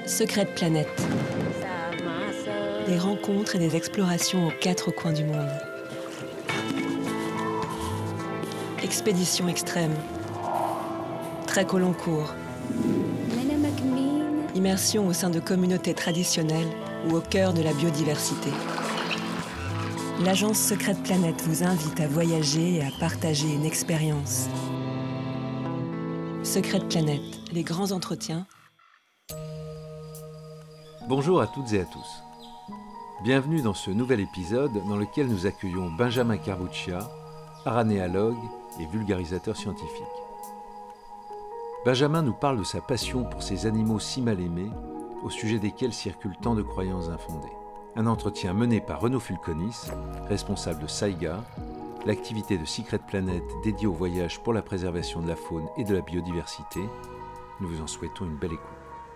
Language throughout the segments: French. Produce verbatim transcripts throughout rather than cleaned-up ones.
Secrète Planète. Des rencontres et des explorations aux quatre coins du monde. Expédition extrême. Trek au long cours. Immersion au sein de communautés traditionnelles ou au cœur de la biodiversité. L'agence Secrète Planète vous invite à voyager et à partager une expérience. Secrète Planète, les grands entretiens. Bonjour à toutes et à tous. Bienvenue dans ce nouvel épisode dans lequel nous accueillons Benjamin Carbuccia, aranéalogue et vulgarisateur scientifique. Benjamin nous parle de sa passion pour ces animaux si mal aimés, au sujet desquels circulent tant de croyances infondées. Un entretien mené par Renaud Fulconis, responsable de SAIGA, l'activité de Secret Planet dédiée au voyage pour la préservation de la faune et de la biodiversité. Nous vous en souhaitons une belle écoute.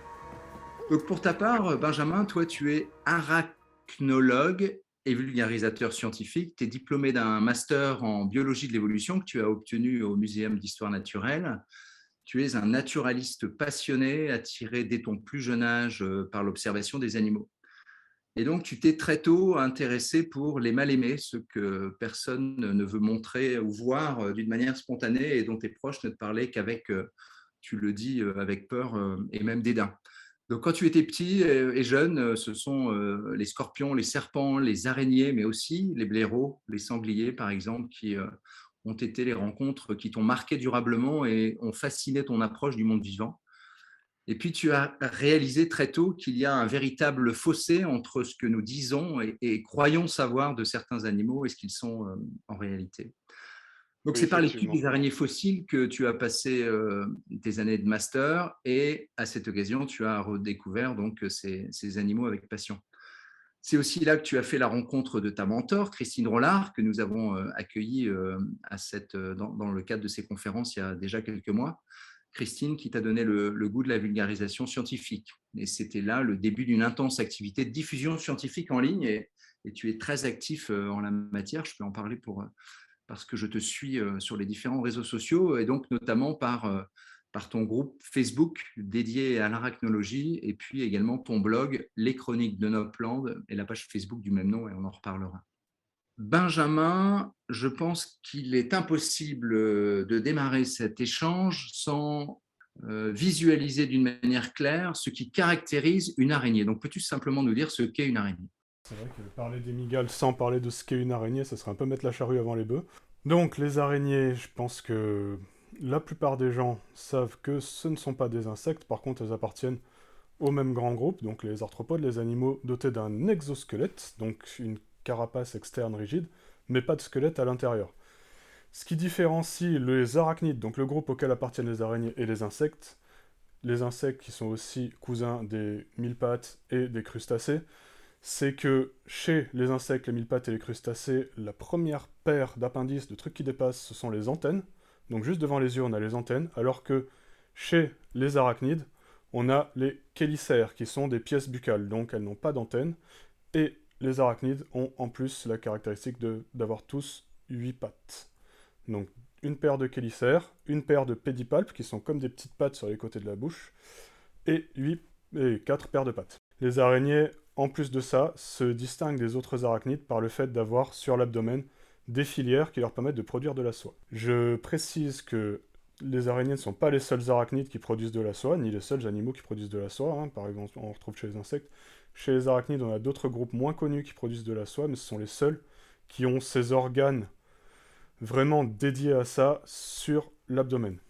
Donc pour ta part, Benjamin, toi tu es arachnologue et vulgarisateur scientifique. Tu es diplômé d'un master en biologie de l'évolution que tu as obtenu au Muséum d'histoire naturelle. Tu es un naturaliste passionné, attiré dès ton plus jeune âge par l'observation des animaux. Et donc, tu t'es très tôt intéressé pour les mal-aimés, ceux que personne ne veut montrer ou voir d'une manière spontanée et dont tes proches ne te parlaient qu'avec, tu le dis, avec peur et même dédain. Donc, quand tu étais petit et jeune, ce sont les scorpions, les serpents, les araignées, mais aussi les blaireaux, les sangliers, par exemple, qui ont été les rencontres qui t'ont marqué durablement et ont fasciné ton approche du monde vivant. Et puis, tu as réalisé très tôt qu'il y a un véritable fossé entre ce que nous disons et, et croyons savoir de certains animaux et ce qu'ils sont euh, en réalité. Donc, Oui, c'est par l'étude effectivement. des araignées fossiles que tu as passé euh, tes années de master et à cette occasion, tu as redécouvert donc, ces, ces animaux avec passion. C'est aussi là que tu as fait la rencontre de ta mentor, Christine Rollard, que nous avons euh, accueillie euh, à cette, euh, dans, dans le cadre de ces conférences il y a déjà quelques mois. Christine qui t'a donné le, le goût de la vulgarisation scientifique. Et c'était là le début d'une intense activité de diffusion scientifique en ligne et, et tu es très actif euh, en la matière. Je peux en parler pour, euh, parce que je te suis euh, sur les différents réseaux sociaux et donc notamment par, euh, par ton groupe Facebook dédié à l'arachnologie et puis également ton blog Les Chroniques de Nopland et la page Facebook du même nom et on en reparlera. Benjamin, je pense qu'il est impossible de démarrer cet échange sans euh, visualiser d'une manière claire ce qui caractérise une araignée. Donc, peux-tu simplement nous dire ce qu'est une araignée ? C'est vrai que parler des mygales sans parler de ce qu'est une araignée, ça serait un peu mettre la charrue avant les bœufs. Donc, les araignées, je pense que la plupart des gens savent que ce ne sont pas des insectes, par contre, elles appartiennent au même grand groupe, donc les arthropodes, les animaux dotés d'un exosquelette, donc une carapace externe rigide, mais pas de squelette à l'intérieur. Ce qui différencie les arachnides, donc le groupe auquel appartiennent les araignées, et les insectes, les insectes qui sont aussi cousins des mille pattes et des crustacés, c'est que chez les insectes, les mille pattes et les crustacés, la première paire d'appendices, de trucs qui dépassent, ce sont les antennes. Donc juste devant les yeux, on a les antennes, alors que chez les arachnides, on a les chélicères, qui sont des pièces buccales, donc elles n'ont pas d'antennes, et les arachnides ont en plus la caractéristique de, d'avoir tous huit pattes. Donc une paire de chélicères, une paire de pédipalpes, qui sont comme des petites pattes sur les côtés de la bouche, et, huit, et quatre paires de pattes. Les araignées, en plus de ça, se distinguent des autres arachnides par le fait d'avoir sur l'abdomen des filières qui leur permettent de produire de la soie. Je précise que les araignées ne sont pas les seuls arachnides qui produisent de la soie, ni les seuls animaux qui produisent de la soie, hein. Par exemple, on retrouve chez les insectes. Chez les arachnides, on a d'autres groupes moins connus qui produisent de la soie, mais ce sont les seuls qui ont ces organes vraiment dédiés à ça sur l'abdomen.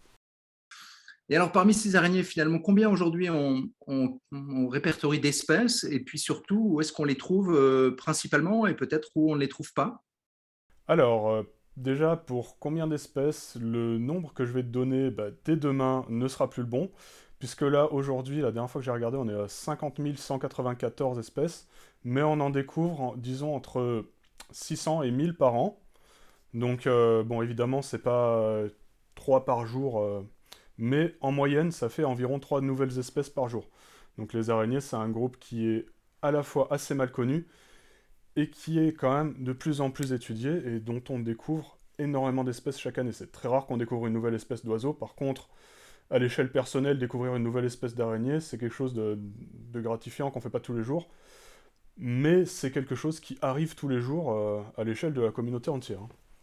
Et alors, parmi ces araignées, finalement, combien aujourd'hui on, on, on répertorie d'espèces et puis surtout, où est-ce qu'on les trouve euh, principalement et peut-être où on ne les trouve pas ? Alors, euh, déjà, pour combien d'espèces, le nombre que je vais te donner bah, dès demain ne sera plus le bon, puisque là, aujourd'hui, la dernière fois que j'ai regardé, on est à cinquante mille cent quatre-vingt-quatorze espèces, mais on en découvre, en, disons, entre six cents et mille par an. Donc, euh, bon, évidemment, c'est pas euh, trois par jour, euh, mais en moyenne, ça fait environ trois nouvelles espèces par jour. Donc les araignées, c'est un groupe qui est à la fois assez mal connu, et qui est quand même de plus en plus étudié et dont on découvre énormément d'espèces chaque année. C'est très rare qu'on découvre une nouvelle espèce d'oiseau. Par contre, à l'échelle personnelle, découvrir une nouvelle espèce d'araignée, c'est quelque chose de, de gratifiant qu'on fait pas tous les jours, mais c'est quelque chose qui arrive tous les jours euh, à l'échelle de la communauté entière.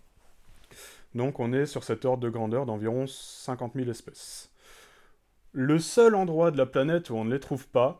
Donc on est sur cet ordre de grandeur d'environ cinquante mille espèces. Le seul endroit de la planète où on ne les trouve pas,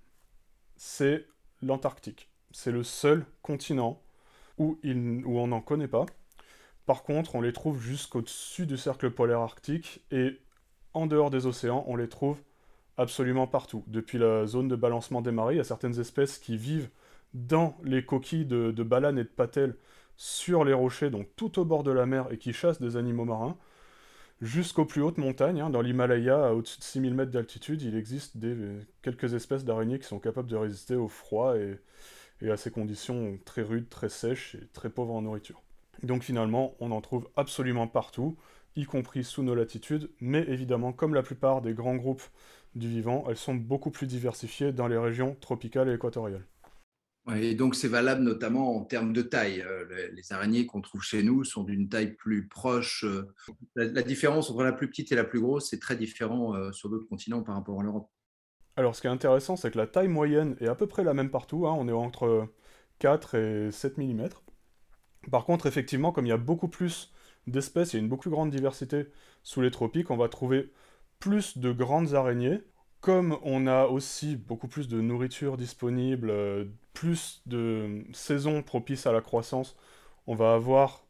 c'est l'Antarctique. C'est le seul continent où, il, où on n'en connaît pas. Par contre, on les trouve jusqu'au-dessus du cercle polaire arctique, et en dehors des océans, on les trouve absolument partout. Depuis la zone de balancement des marées, il y a certaines espèces qui vivent dans les coquilles de, de balanes et de patelles sur les rochers, donc tout au bord de la mer, et qui chassent des animaux marins. Jusqu'aux plus hautes montagnes, hein, dans l'Himalaya, à au-dessus de six mille mètres d'altitude, il existe des, quelques espèces d'araignées qui sont capables de résister au froid et, et à ces conditions très rudes, très sèches et très pauvres en nourriture. Donc finalement, on en trouve absolument partout, y compris sous nos latitudes, mais évidemment, comme la plupart des grands groupes du vivant, elles sont beaucoup plus diversifiées dans les régions tropicales et équatoriales. Et donc, c'est valable notamment en termes de taille. Les araignées qu'on trouve chez nous sont d'une taille plus proche. La, la différence entre la plus petite et la plus grosse, c'est très différent sur d'autres continents par rapport à l'Europe. Alors, ce qui est intéressant, c'est que la taille moyenne est à peu près la même partout, hein, on est entre quatre et sept millimètres. Par contre, effectivement, comme il y a beaucoup plus d'espèces, il y a une beaucoup plus grande diversité sous les tropiques, on va trouver plus de grandes araignées. Comme on a aussi beaucoup plus de nourriture disponible, euh, plus de saisons propices à la croissance, on va avoir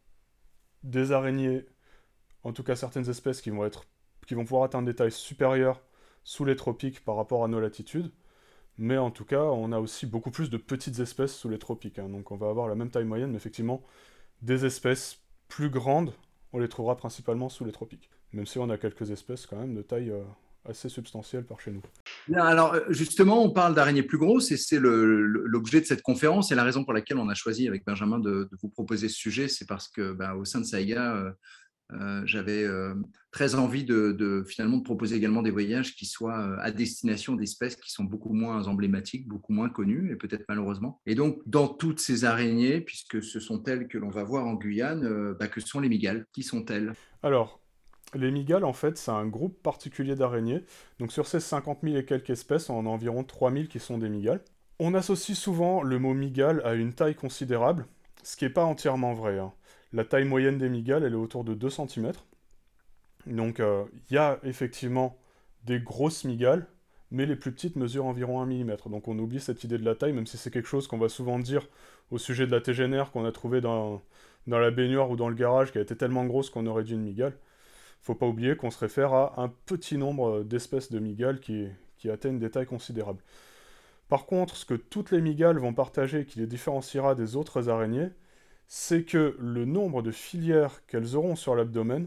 des araignées, en tout cas certaines espèces qui vont, être, qui vont pouvoir atteindre des tailles supérieures sous les tropiques par rapport à nos latitudes. Mais en tout cas, on a aussi beaucoup plus de petites espèces sous les tropiques. Hein. Donc on va avoir la même taille moyenne, mais effectivement, des espèces plus grandes, on les trouvera principalement sous les tropiques. Même si on a quelques espèces quand même de taille euh, assez substantielle par chez nous. Bien, alors justement, on parle d'araignées plus grosses et c'est le, le, l'objet de cette conférence et la raison pour laquelle on a choisi avec Benjamin de, de vous proposer ce sujet, c'est parce que ben, au sein de Saiga, euh, Euh, j'avais euh, très envie de, de finalement de proposer également des voyages qui soient euh, à destination d'espèces qui sont beaucoup moins emblématiques, beaucoup moins connues, et peut-être malheureusement. Et donc, dans toutes ces araignées, puisque ce sont elles que l'on va voir en Guyane, euh, bah, que sont les mygales? Qui sont-elles? Alors, les mygales, en fait, c'est un groupe particulier d'araignées. Donc sur ces cinquante mille et quelques espèces, on en a environ trois mille qui sont des mygales. On associe souvent le mot mygale à une taille considérable, ce qui n'est pas entièrement vrai. Hein. La taille moyenne des mygales, elle est autour de deux centimètres. Donc il euh, y a effectivement des grosses mygales, mais les plus petites mesurent environ un millimètre. Donc on oublie cette idée de la taille, même si c'est quelque chose qu'on va souvent dire au sujet de la tégénère qu'on a trouvée dans, dans la baignoire ou dans le garage, qui a été tellement grosse qu'on aurait dit une mygale. Faut pas oublier qu'on se réfère à un petit nombre d'espèces de mygales qui, qui atteignent des tailles considérables. Par contre, ce que toutes les mygales vont partager, qui les différenciera des autres araignées, c'est que le nombre de filières qu'elles auront sur l'abdomen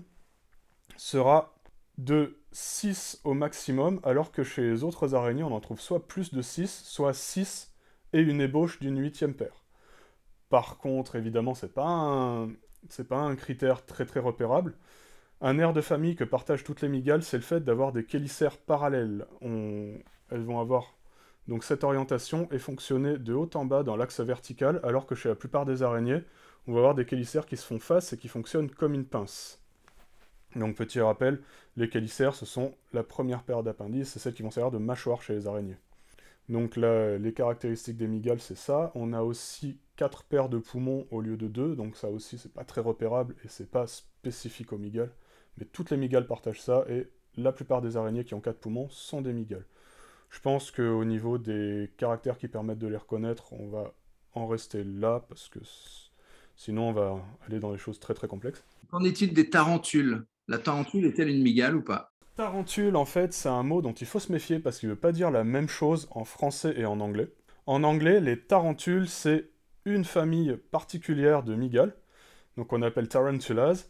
sera de six au maximum, alors que chez les autres araignées, on en trouve soit plus de six, soit six et une ébauche d'une huitième paire. Par contre, évidemment, c'est pas un, c'est pas un critère très très repérable. Un air de famille que partagent toutes les mygales, c'est le fait d'avoir des chélicères parallèles. On... Elles vont avoir donc cette orientation et fonctionner de haut en bas dans l'axe vertical, alors que chez la plupart des araignées, on va avoir des chélicères qui se font face et qui fonctionnent comme une pince. Donc petit rappel, les chélicères, ce sont la première paire d'appendices, c'est celles qui vont servir de mâchoire chez les araignées. Donc là, les caractéristiques des mygales, c'est ça. On a aussi quatre paires de poumons au lieu de deux, donc ça aussi, c'est pas très repérable et c'est pas spécifique aux mygales. Mais toutes les mygales partagent ça, et la plupart des araignées qui ont quatre poumons sont des mygales. Je pense qu'au niveau des caractères qui permettent de les reconnaître, on va en rester là, parce que sinon on va aller dans des choses très très complexes. Qu'en est-il des tarentules? La tarentule est-elle une mygale ou pas? Tarentule, en fait, c'est un mot dont il faut se méfier, parce qu'il ne veut pas dire la même chose en français et en anglais. En anglais, les tarentules, c'est une famille particulière de mygales, donc on appelle tarantulas,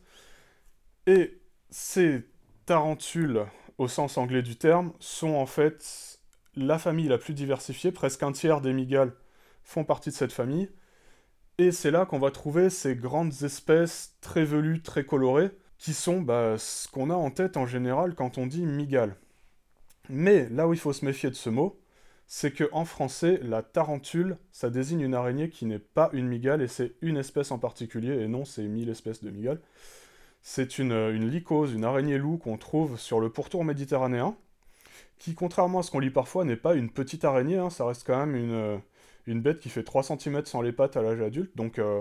et ces tarentules, au sens anglais du terme, sont en fait la famille la plus diversifiée. Presque un tiers des mygales font partie de cette famille. Et c'est là qu'on va trouver ces grandes espèces très velues, très colorées, qui sont bah, ce qu'on a en tête en général quand on dit mygale. Mais là où il faut se méfier de ce mot, c'est qu'en français, la tarentule, ça désigne une araignée qui n'est pas une mygale, et c'est une espèce en particulier, et non c'est mille espèces de mygales. C'est une, une lycose, une araignée loup qu'on trouve sur le pourtour méditerranéen, qui, contrairement à ce qu'on lit parfois, n'est pas une petite araignée, hein, ça reste quand même une, une bête qui fait trois centimètres sans les pattes à l'âge adulte, donc euh,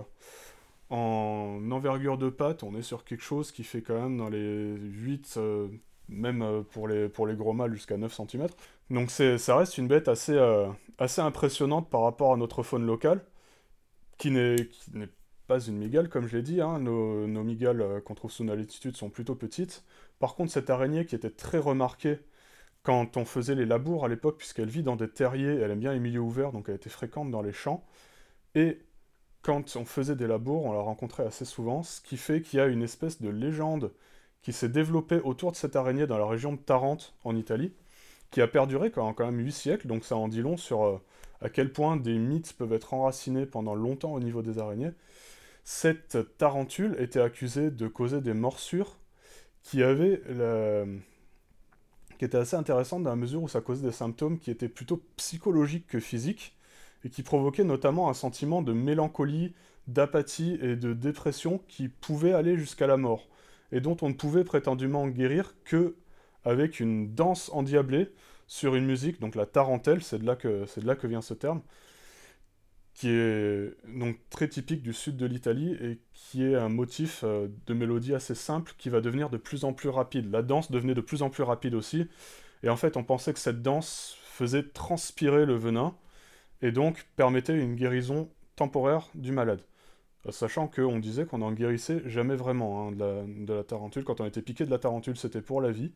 en envergure de pattes, on est sur quelque chose qui fait quand même dans les huit, euh, même euh, pour, les, pour les gros mâles jusqu'à neuf centimètres. Donc c'est, ça reste une bête assez, euh, assez impressionnante par rapport à notre faune locale, qui n'est, qui n'est pas une mygale, comme je l'ai dit, hein. Nos, nos mygales euh, qu'on trouve sous nos latitudes sont plutôt petites. Par contre, cette araignée qui était très remarquée quand on faisait les labours à l'époque, puisqu'elle vit dans des terriers, elle aime bien les milieux ouverts, donc elle était fréquente dans les champs, et quand on faisait des labours, on la rencontrait assez souvent, ce qui fait qu'il y a une espèce de légende qui s'est développée autour de cette araignée dans la région de Tarente, en Italie, qui a perduré quand quand même huit siècles, donc ça en dit long sur euh, à quel point des mythes peuvent être enracinés pendant longtemps au niveau des araignées. Cette tarentule était accusée de causer des morsures qui avaient la- qui étaient assez intéressantes dans la mesure où ça causait des symptômes qui étaient plutôt psychologiques que physiques, et qui provoquaient notamment un sentiment de mélancolie, d'apathie et de dépression qui pouvait aller jusqu'à la mort, et dont on ne pouvait prétendument guérir que avec une danse endiablée sur une musique, donc la tarentelle, c'est de là que, c'est de là que vient ce terme, qui est donc très typique du sud de l'Italie et qui est un motif euh, de mélodie assez simple qui va devenir de plus en plus rapide. La danse devenait de plus en plus rapide aussi, et en fait on pensait que cette danse faisait transpirer le venin, et donc permettait une guérison temporaire du malade. Euh, Sachant qu'on disait qu'on n'en guérissait jamais vraiment hein, de, la, de la tarentule. Quand on était piqué de la tarentule, c'était pour la vie.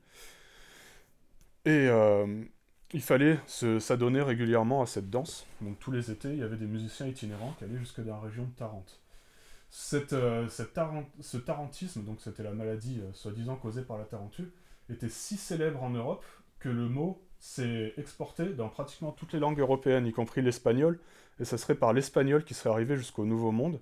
Et euh, il fallait se- s'adonner régulièrement à cette danse. Donc tous les étés, il y avait des musiciens itinérants qui allaient jusque dans la région de Tarente. Cette, euh, cette taran- ce tarentisme, donc c'était la maladie euh, soi-disant causée par la tarentule, était si célèbre en Europe que le mot s'est exporté dans pratiquement toutes les langues européennes, y compris l'espagnol, et ce serait par l'espagnol qui serait arrivé jusqu'au Nouveau Monde,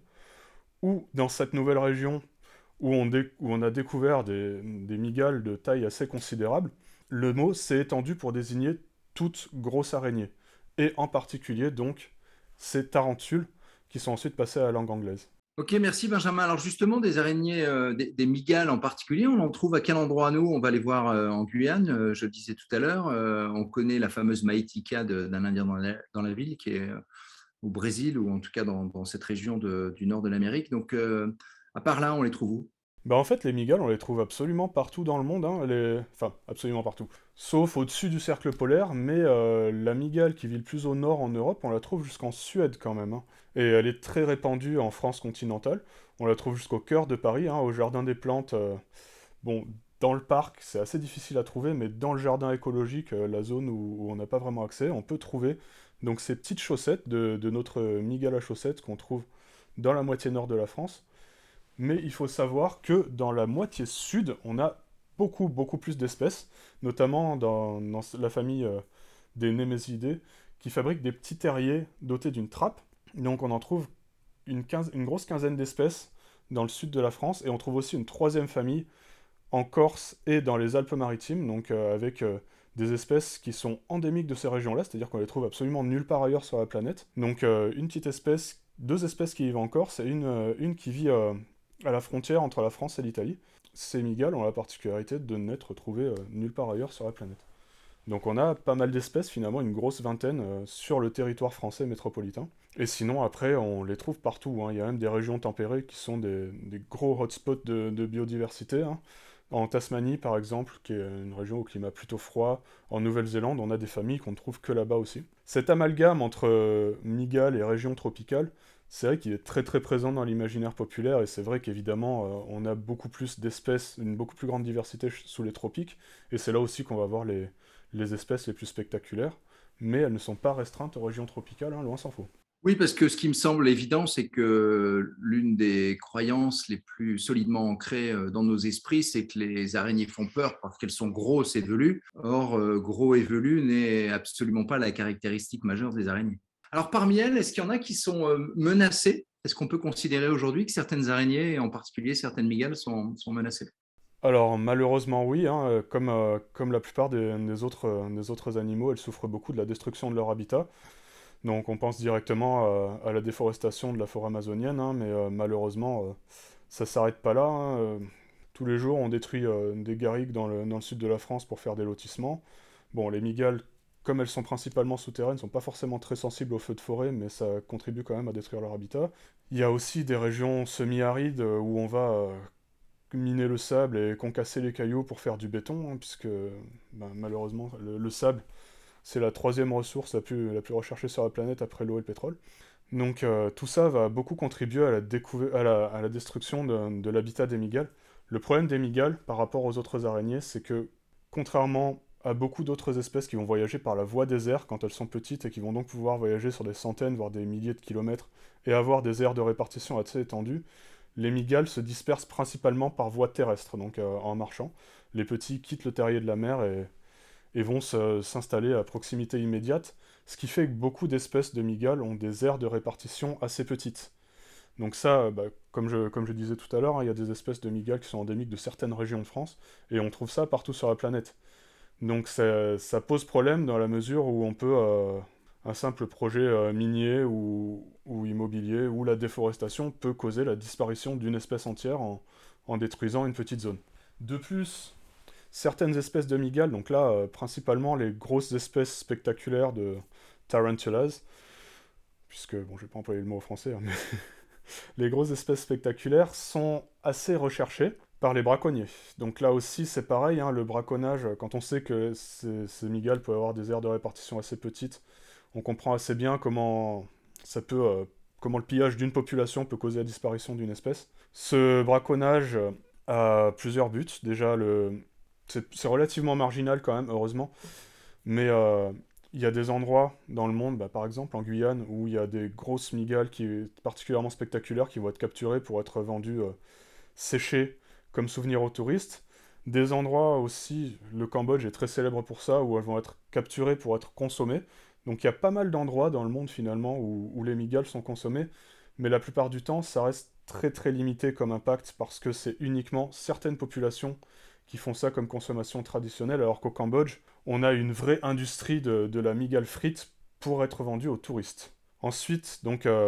où dans cette nouvelle région où on, dé- où on a découvert des, des mygales de taille assez considérable, le mot s'est étendu pour désigner toute grosse araignée, et en particulier donc ces tarentules qui sont ensuite passées à la langue anglaise. Ok, merci Benjamin. Alors justement, des araignées, euh, des, des mygales en particulier, on en trouve à quel endroit nous? On va les voir euh, en Guyane, euh, je le disais tout à l'heure. Euh, on connaît la fameuse Maïtika de- d'un Indien dans la, dans la ville, qui est euh, au Brésil, ou en tout cas dans, dans cette région de- du nord de l'Amérique. Donc, euh, à part là, on les trouve où? Bah en fait, les mygales, on les trouve absolument partout dans le monde, hein, les... enfin, absolument partout. Sauf au-dessus du cercle polaire, mais euh, la mygale qui vit le plus au nord en Europe, on la trouve jusqu'en Suède quand même, hein. Et elle est très répandue en France continentale. On la trouve jusqu'au cœur de Paris, hein, au Jardin des Plantes. euh, Bon, dans le parc, c'est assez difficile à trouver, mais dans le jardin écologique, euh, la zone où, où on n'a pas vraiment accès, on peut trouver donc ces petites chaussettes de, de notre mygale à chaussettes qu'on trouve dans la moitié nord de la France. Mais il faut savoir que dans la moitié sud, on a beaucoup, beaucoup plus d'espèces, notamment dans, dans la famille euh, des Némésidés, qui fabriquent des petits terriers dotés d'une trappe. Donc on en trouve une, quinze- une grosse quinzaine d'espèces dans le sud de la France, et on trouve aussi une troisième famille en Corse et dans les Alpes-Maritimes, donc euh, avec euh, des espèces qui sont endémiques de ces régions-là, c'est-à-dire qu'on les trouve absolument nulle part ailleurs sur la planète. Donc euh, une petite espèce, deux espèces qui vivent en Corse et une, euh, une qui vit euh, à la frontière entre la France et l'Italie. Ces mygales ont la particularité de n'être trouvées euh, nulle part ailleurs sur la planète. Donc on a pas mal d'espèces, finalement une grosse vingtaine euh, sur le territoire français métropolitain. Et sinon après on les trouve partout, hein. Il y a même des régions tempérées qui sont des, des gros hotspots de, de biodiversité, hein. En Tasmanie par exemple, qui est une région au climat plutôt froid, en Nouvelle-Zélande on a des familles qu'on ne trouve que là-bas aussi. Cet amalgame entre euh, mygales et régions tropicales, c'est vrai qu'il est très très présent dans l'imaginaire populaire, et c'est vrai qu'évidemment euh, on a beaucoup plus d'espèces, une beaucoup plus grande diversité ch- sous les tropiques, et c'est là aussi qu'on va voir les, les espèces les plus spectaculaires, mais elles ne sont pas restreintes aux régions tropicales, hein, loin s'en faut. Oui, parce que ce qui me semble évident, c'est que l'une des croyances les plus solidement ancrées euh, dans nos esprits, c'est que les araignées font peur parce qu'elles sont grosses et velues. Or, euh, gros et velu n'est absolument pas la caractéristique majeure des araignées. Alors, parmi elles, est-ce qu'il y en a qui sont euh, menacées? Est-ce qu'on peut considérer aujourd'hui que certaines araignées, et en particulier certaines mygales, sont, sont menacées? Alors malheureusement oui, hein, euh, comme, euh, comme la plupart des, des autres, euh, des autres animaux, elles souffrent beaucoup de la destruction de leur habitat. Donc on pense directement euh, à la déforestation de la forêt amazonienne, hein, mais euh, malheureusement euh, ça s'arrête pas là, hein. Euh, tous les jours, on détruit euh, des garrigues dans le, dans le sud de la France pour faire des lotissements. Bon, les migales, comme elles sont principalement souterraines, sont pas forcément très sensibles aux feux de forêt, mais ça contribue quand même à détruire leur habitat. Il y a aussi des régions semi-arides euh, où on va euh, miner le sable et concasser les cailloux pour faire du béton, hein, puisque ben, malheureusement, le, le sable, c'est la troisième ressource la plus, la plus recherchée sur la planète après l'eau et le pétrole. Donc euh, tout ça va beaucoup contribuer à la, découver- à la, à la destruction de, de l'habitat des mygales. Le problème des mygales par rapport aux autres araignées, c'est que contrairement à beaucoup d'autres espèces qui vont voyager par la voie des airs quand elles sont petites et qui vont donc pouvoir voyager sur des centaines, voire des milliers de kilomètres et avoir des aires de répartition assez étendues, les mygales se dispersent principalement par voie terrestre, donc euh, en marchant. Les petits quittent le terrier de la mer et, et vont se- s'installer à proximité immédiate, ce qui fait que beaucoup d'espèces de mygales ont des aires de répartition assez petites. Donc ça, bah, comme, je, comme je disais tout à l'heure, hein, il y a des espèces de mygales qui sont endémiques de certaines régions de France, et on trouve ça partout sur la planète. Donc ça, ça pose problème dans la mesure où on peut, euh, un simple projet euh, minier ou, ou immobilier, ou la déforestation peut causer la disparition d'une espèce entière en, en détruisant une petite zone. De plus, certaines espèces de mygales, donc là, euh, principalement les grosses espèces spectaculaires de tarantulas, puisque, bon, je vais pas employer le mot français, hein, mais les grosses espèces spectaculaires sont assez recherchées par les braconniers. Donc là aussi, c'est pareil, hein, le braconnage, quand on sait que ces, ces mygales peuvent avoir des aires de répartition assez petites, on comprend assez bien comment ça peut, euh, comment le pillage d'une population peut causer la disparition d'une espèce. Ce braconnage euh, a plusieurs buts. Déjà, le... c'est, c'est relativement marginal quand même, heureusement, mais euh, il y a des endroits dans le monde, bah, par exemple en Guyane, où il y a des grosses mygales qui, particulièrement spectaculaires qui vont être capturées pour être vendues euh, séchées comme souvenir aux touristes. Des endroits aussi, le Cambodge est très célèbre pour ça, où elles vont être capturées pour être consommées. Donc il y a pas mal d'endroits dans le monde finalement où, où les mygales sont consommées, mais la plupart du temps ça reste très très limité comme impact parce que c'est uniquement certaines populations qui font ça comme consommation traditionnelle, alors qu'au Cambodge, on a une vraie industrie de, de la mygale frite pour être vendue aux touristes. Ensuite, donc, euh,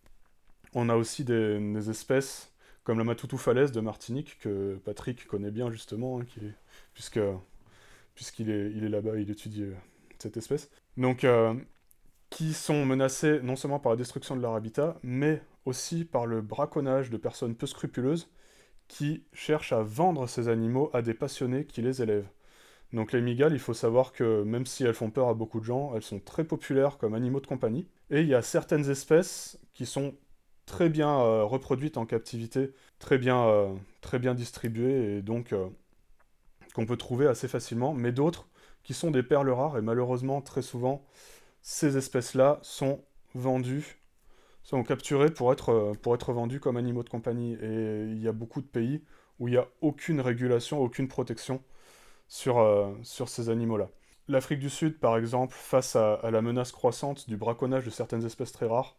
on a aussi des, des espèces comme la matoutou falaise de Martinique, que Patrick connaît bien justement, hein, qui est- puisque, puisqu'il est, il est là-bas, il étudie euh, cette espèce. Donc, euh, qui sont menacés non seulement par la destruction de leur habitat, mais aussi par le braconnage de personnes peu scrupuleuses qui cherchent à vendre ces animaux à des passionnés qui les élèvent. Donc les mygales, il faut savoir que même si elles font peur à beaucoup de gens, elles sont très populaires comme animaux de compagnie. Et il y a certaines espèces qui sont très bien euh, reproduites en captivité, très bien, euh, très bien distribuées, et donc euh, qu'on peut trouver assez facilement, mais d'autres qui sont des perles rares, et malheureusement, très souvent, ces espèces-là sont vendues, sont capturées pour être, euh, pour être vendues comme animaux de compagnie. Et il y a beaucoup de pays où il n'y a aucune régulation, aucune protection sur, euh, sur ces animaux-là. L'Afrique du Sud, par exemple, face à, à la menace croissante du braconnage de certaines espèces très rares,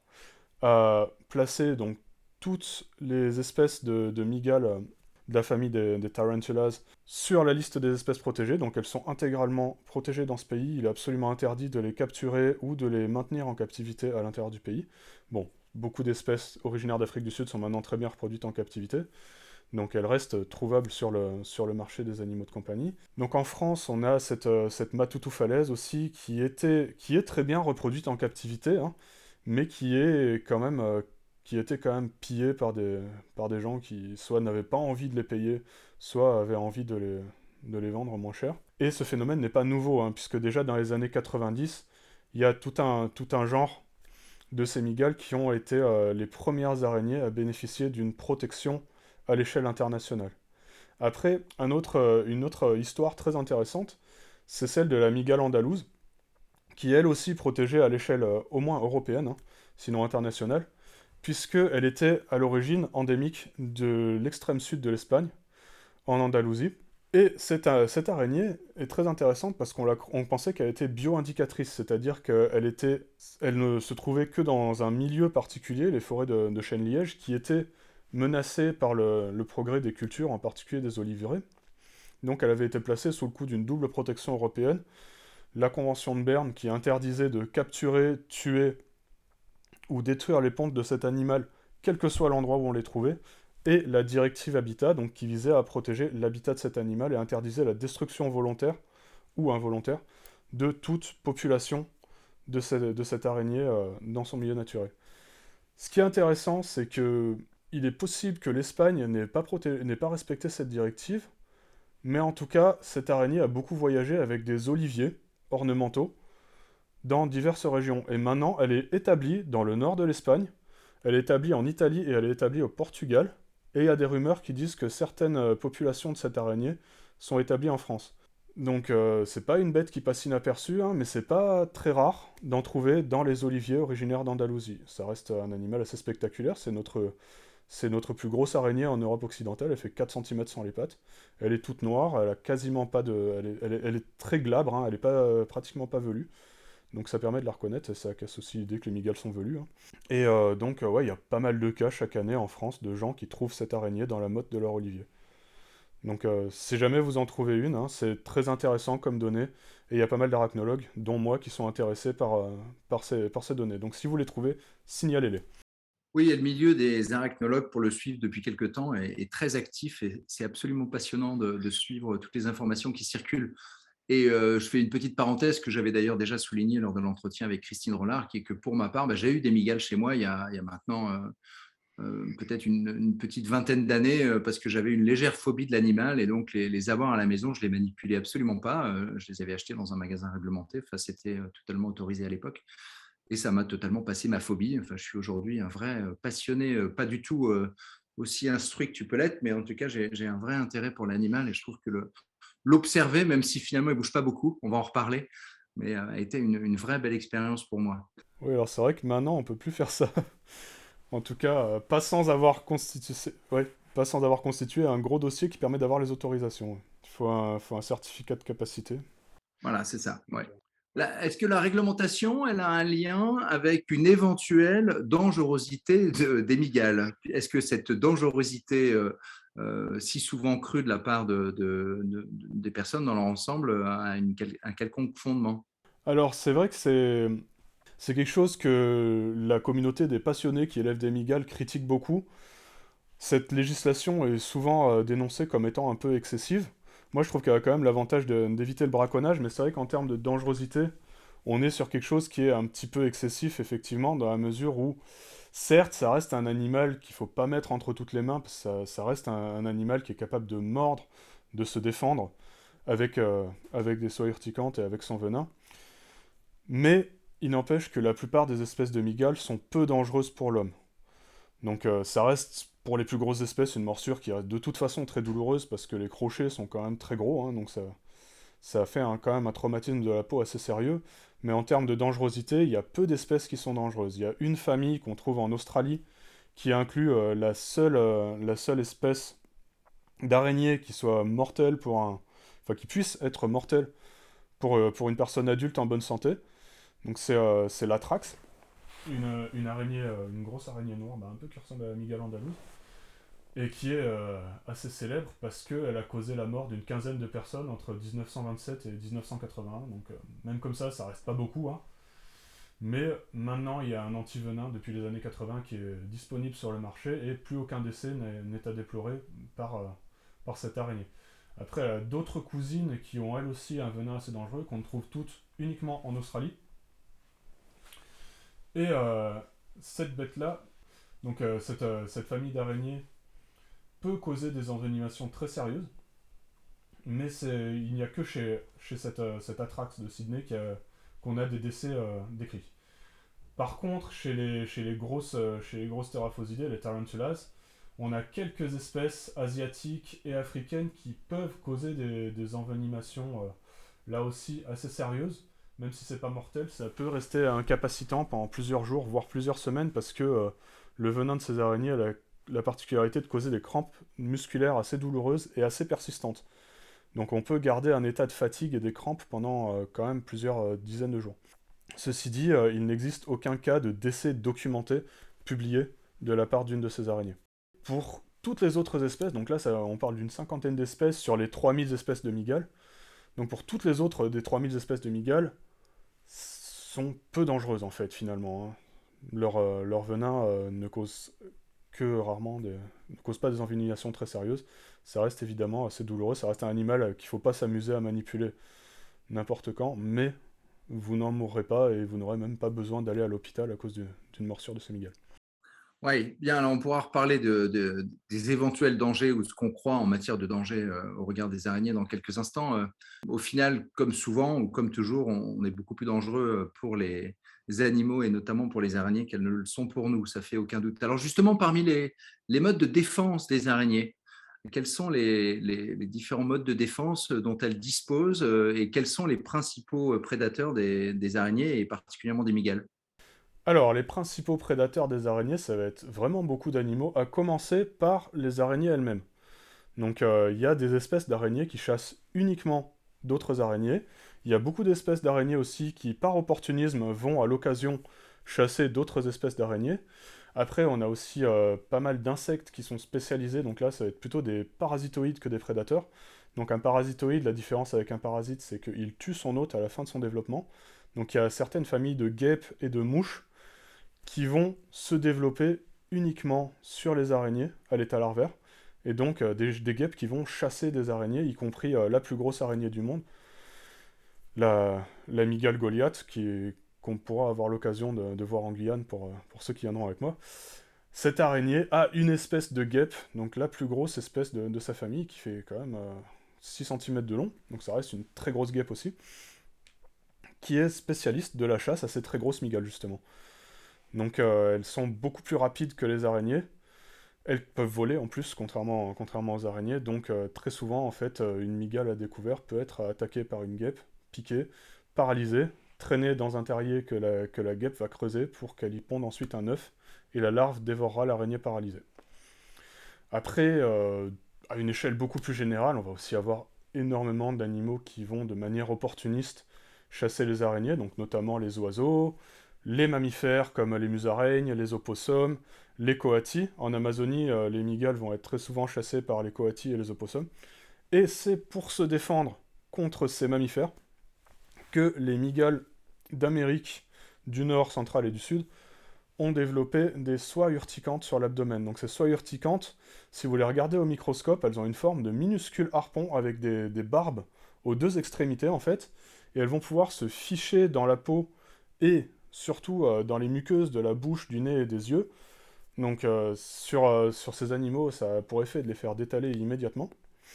a placé donc toutes les espèces de, de mygales euh, de la famille des, des tarantulas sur la liste des espèces protégées, donc elles sont intégralement protégées dans ce pays. Il est absolument interdit de les capturer ou de les maintenir en captivité à l'intérieur du pays. Bon, beaucoup d'espèces originaires d'Afrique du Sud sont maintenant très bien reproduites en captivité, donc elles restent trouvables sur le, sur le marché des animaux de compagnie. Donc en France, on a cette, euh, cette matoutou falaise aussi, qui, était, qui est très bien reproduite en captivité, hein, mais qui est quand même... euh, qui étaient quand même pillés par des, par des gens qui soit n'avaient pas envie de les payer, soit avaient envie de les, de les vendre moins cher. Et ce phénomène n'est pas nouveau, hein, puisque déjà dans les années quatre-vingt-dix, il y a tout un, tout un genre de ces mygales qui ont été euh, les premières araignées à bénéficier d'une protection à l'échelle internationale. Après, un autre, euh, une autre histoire très intéressante, c'est celle de la mygale andalouse, qui est elle aussi protégée à l'échelle euh, au moins européenne, hein, sinon internationale, puisqu'elle était à l'origine endémique de l'extrême sud de l'Espagne, en Andalousie. Et cette, euh, cette araignée est très intéressante parce qu'on on pensait qu'elle était bio-indicatrice, c'est-à-dire qu'elle était, elle ne se trouvait que dans un milieu particulier, les forêts de, de chêne-liège, qui étaient menacées par le, le progrès des cultures, en particulier des oliveraies. Donc elle avait été placée sous le coup d'une double protection européenne, la Convention de Berne qui interdisait de capturer, tuer ou détruire les pontes de cet animal, quel que soit l'endroit où on les trouvait, et la directive Habitat, donc qui visait à protéger l'habitat de cet animal et interdisait la destruction volontaire ou involontaire de toute population de, cette, de cette araignée euh, dans son milieu naturel. Ce qui est intéressant, c'est que il est possible que l'Espagne n'ait pas, proté- n'ait pas respecté cette directive, mais en tout cas, cette araignée a beaucoup voyagé avec des oliviers ornementaux dans diverses régions. Et maintenant, elle est établie dans le nord de l'Espagne, elle est établie en Italie et elle est établie au Portugal. Et il y a des rumeurs qui disent que certaines euh, populations de cette araignée sont établies en France. Donc euh, c'est pas une bête qui passe inaperçue, hein, mais c'est pas très rare d'en trouver dans les oliviers originaires d'Andalousie. Ça reste un animal assez spectaculaire, c'est notre, c'est notre plus grosse araignée en Europe occidentale, elle fait quatre centimètres sans les pattes. Elle est toute noire, elle a quasiment pas de... Elle est, elle est, elle est très glabre, hein, elle est pas, euh, pratiquement pas velue. Donc ça permet de la reconnaître, et ça casse aussi l'idée que les migales sont velues. Hein. Et euh, donc euh, ouais, il y a pas mal de cas chaque année en France de gens qui trouvent cette araignée dans la motte de leur olivier. Donc euh, si jamais vous en trouvez une, hein, c'est très intéressant comme donnée, et il y a pas mal d'arachnologues, dont moi, qui sont intéressés par, euh, par, ces, par ces données. Donc si vous les trouvez, signalez-les. Oui, et le milieu des arachnologues, pour le suivre depuis quelques temps, est, est très actif et c'est absolument passionnant de, de suivre toutes les informations qui circulent. Et euh, je fais une petite parenthèse que j'avais d'ailleurs déjà soulignée lors de l'entretien avec Christine Rollard, qui est que pour ma part, bah, j'ai eu des migales chez moi il y a, il y a maintenant euh, euh, peut-être une, une petite vingtaine d'années, euh, parce que j'avais une légère phobie de l'animal et donc les, les avoir à la maison, je les manipulais absolument pas. Euh, je les avais achetés dans un magasin réglementé, enfin, c'était euh, totalement autorisé à l'époque. Et ça m'a totalement passé ma phobie. Enfin, je suis aujourd'hui un vrai euh, passionné, euh, pas du tout euh, aussi instruit que tu peux l'être, mais en tout cas, j'ai j'ai un vrai intérêt pour l'animal et je trouve que le, l'observer, même si finalement il ne bouge pas beaucoup, on va en reparler, mais euh, a été une, une vraie belle expérience pour moi. Oui, alors c'est vrai que maintenant, on peut plus faire ça. En tout cas, euh, pas sans avoir constitué... Ouais, pas sans avoir constitué un gros dossier qui permet d'avoir les autorisations. Il faut un, faut un certificat de capacité. Voilà, c'est ça. Ouais. Là, est-ce que la réglementation, elle a un lien avec une éventuelle dangerosité de, des migales? Est-ce que cette dangerosité euh, euh, si souvent crue de la part de, de, de, des personnes dans leur ensemble a une, un quelconque fondement? Alors, c'est vrai que c'est... C'est quelque chose que la communauté des passionnés qui élèvent des migales critique beaucoup. Cette législation est souvent euh, dénoncée comme étant un peu excessive. Moi, je trouve qu'elle a quand même l'avantage de- d'éviter le braconnage, mais c'est vrai qu'en termes de dangerosité, on est sur quelque chose qui est un petit peu excessif, effectivement, dans la mesure où, certes, ça reste un animal qu'il faut pas mettre entre toutes les mains, parce que ça, ça reste un, un animal qui est capable de mordre, de se défendre, avec, euh, avec des soies urticantes et avec son venin. Mais il n'empêche que la plupart des espèces de migales sont peu dangereuses pour l'homme. Donc euh, ça reste, pour les plus grosses espèces, une morsure qui reste de toute façon très douloureuse, parce que les crochets sont quand même très gros, hein, donc ça, ça fait un, quand même un traumatisme de la peau assez sérieux. Mais en termes de dangerosité, il y a peu d'espèces qui sont dangereuses. Il y a une famille qu'on trouve en Australie qui inclut euh, la, seule, euh, la seule espèce d'araignée qui soit mortelle pour un... Enfin, qui puisse être mortelle pour, euh, pour une personne adulte en bonne santé. Donc c'est euh, c'est l'atrax, une, une araignée, euh, une grosse araignée noire, bah, un peu qui ressemble à la mygale andalouse, et qui est euh, assez célèbre parce qu'elle a causé la mort d'une quinzaine de personnes entre dix-neuf cent vingt-sept et dix-neuf cent quatre-vingt-un, donc euh, même comme ça, ça reste pas beaucoup, hein. Mais maintenant, il y a un antivenin depuis les années quatre-vingts qui est disponible sur le marché, et plus aucun décès n'est n'est à déplorer par, euh, par cette araignée. Après, elle a d'autres cousines qui ont elles aussi un venin assez dangereux, qu'on trouve toutes uniquement en Australie. Et euh, cette bête-là, donc euh, cette, euh, cette famille d'araignées, peut causer des envenimations très sérieuses, mais c'est, il n'y a que chez, chez cette, euh, cette atrax de Sydney qu'il y a- qu'on a des décès euh, décrits. Par contre, chez les, chez les grosses, euh, chez les grosses Theraphosidées, les tarantulas, on a quelques espèces asiatiques et africaines qui peuvent causer des, des envenimations euh, là aussi assez sérieuses. Même si c'est pas mortel, ça peut rester incapacitant pendant plusieurs jours, voire plusieurs semaines, parce que euh, le venin de ces araignées a la, la particularité de causer des crampes musculaires assez douloureuses et assez persistantes. Donc on peut garder un état de fatigue et des crampes pendant euh, quand même plusieurs euh, dizaines de jours. Ceci dit, euh, il n'existe aucun cas de décès documenté, publié, de la part d'une de ces araignées. Pour toutes les autres espèces, donc là ça, on parle d'une cinquantaine d'espèces sur les trois mille espèces de mygales, donc pour toutes les autres des trois mille espèces de mygales, sont peu dangereuses en fait finalement. Hein. Leur, euh, leur venin euh, ne cause que rarement, des... ne cause pas des envenimations très sérieuses. Ça reste évidemment assez douloureux, ça reste un animal qu'il ne faut pas s'amuser à manipuler n'importe quand, mais vous n'en mourrez pas et vous n'aurez même pas besoin d'aller à l'hôpital à cause d'une morsure de ces mygales. Oui, bien, alors on pourra reparler de, de, des éventuels dangers ou ce qu'on croit en matière de danger euh, au regard des araignées dans quelques instants. Euh, au final, comme souvent ou comme toujours, on, on est beaucoup plus dangereux pour les, les animaux et notamment pour les araignées qu'elles ne le sont pour nous, ça fait aucun doute. Alors justement, parmi les, les modes de défense des araignées, quels sont les, les, les différents modes de défense dont elles disposent euh, et quels sont les principaux prédateurs des, des araignées et particulièrement des mygales? Alors, les principaux prédateurs des araignées, ça va être vraiment beaucoup d'animaux, à commencer par les araignées elles-mêmes. Donc, il euh, y a des espèces d'araignées qui chassent uniquement d'autres araignées. Il y a beaucoup d'espèces d'araignées aussi qui, par opportunisme, vont à l'occasion chasser d'autres espèces d'araignées. Après, on a aussi euh, pas mal d'insectes qui sont spécialisés, donc là, ça va être plutôt des parasitoïdes que des prédateurs. Donc un parasitoïde, la différence avec un parasite, c'est qu'il tue son hôte à la fin de son développement. Donc il y a certaines familles de guêpes et de mouches qui vont se développer uniquement sur les araignées à l'état larvaire, et donc euh, des, des guêpes qui vont chasser des araignées, y compris euh, la plus grosse araignée du monde, la, la mygale Goliath, qui, qu'on pourra avoir l'occasion de, de voir en Guyane pour, euh, pour ceux qui viendront avec moi. Cette araignée a une espèce de guêpe, donc la plus grosse espèce de, de sa famille, qui fait quand même euh, six centimètres de long, donc ça reste une très grosse guêpe aussi, qui est spécialiste de la chasse à ces très grosses mygales, justement. Donc euh, elles sont beaucoup plus rapides que les araignées. Elles peuvent voler en plus, contrairement, contrairement aux araignées. Donc euh, très souvent, en fait, euh, une mygale à découvert peut être attaquée par une guêpe, piquée, paralysée, traînée dans un terrier que la, que la guêpe va creuser pour qu'elle y ponde ensuite un œuf, et la larve dévorera l'araignée paralysée. Après, euh, à une échelle beaucoup plus générale, on va aussi avoir énormément d'animaux qui vont de manière opportuniste chasser les araignées, donc notamment les oiseaux, les mammifères comme les musaraignes, les opossums, les coatis. En Amazonie, euh, les mygales vont être très souvent chassés par les coatis et les opossums. Et c'est pour se défendre contre ces mammifères que les mygales d'Amérique du Nord, centrale et du Sud ont développé des soies urticantes sur l'abdomen. Donc ces soies urticantes, si vous les regardez au microscope, elles ont une forme de minuscules harpons avec des, des barbes aux deux extrémités en fait, et elles vont pouvoir se ficher dans la peau et surtout euh, dans les muqueuses de la bouche, du nez et des yeux. Donc euh, sur, euh, sur ces animaux, ça a pour effet de les faire détaler immédiatement.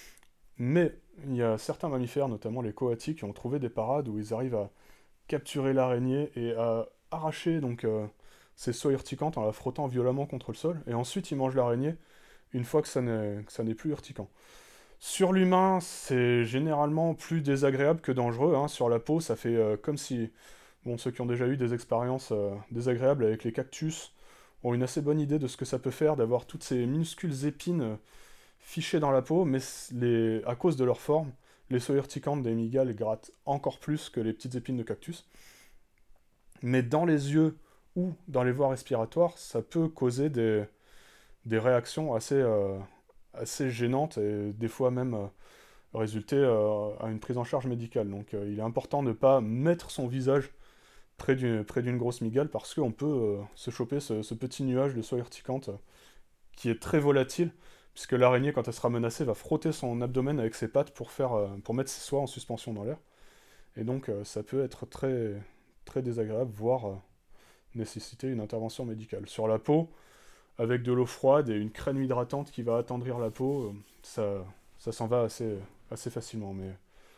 Mais il y a certains mammifères, notamment les coatis, qui ont trouvé des parades où ils arrivent à capturer l'araignée et à arracher donc, euh, ces soies urticantes en la frottant violemment contre le sol, et ensuite ils mangent l'araignée une fois que ça n'est, que ça n'est plus urticant. Sur l'humain, c'est généralement plus désagréable que dangereux. Hein. Sur la peau, ça fait euh, comme si... Bon, ceux qui ont déjà eu des expériences euh, désagréables avec les cactus ont une assez bonne idée de ce que ça peut faire d'avoir toutes ces minuscules épines euh, fichées dans la peau, mais les... à cause de leur forme, les soies urticantes des mygales grattent encore plus que les petites épines de cactus. Mais dans les yeux ou dans les voies respiratoires, ça peut causer des, des réactions assez, euh, assez gênantes et des fois même euh, résulter euh, à une prise en charge médicale. Donc euh, il est important de ne pas mettre son visage près d'une, près d'une grosse mygale parce qu'on peut euh, se choper ce, ce petit nuage de soie urticante euh, qui est très volatile, puisque l'araignée, quand elle sera menacée, va frotter son abdomen avec ses pattes pour, faire, euh, pour mettre ses soies en suspension dans l'air. Et donc euh, ça peut être très, très désagréable, voire euh, nécessiter une intervention médicale. Sur la peau, avec de l'eau froide et une crème hydratante qui va attendrir la peau, ça, ça s'en va assez, assez facilement. Mais,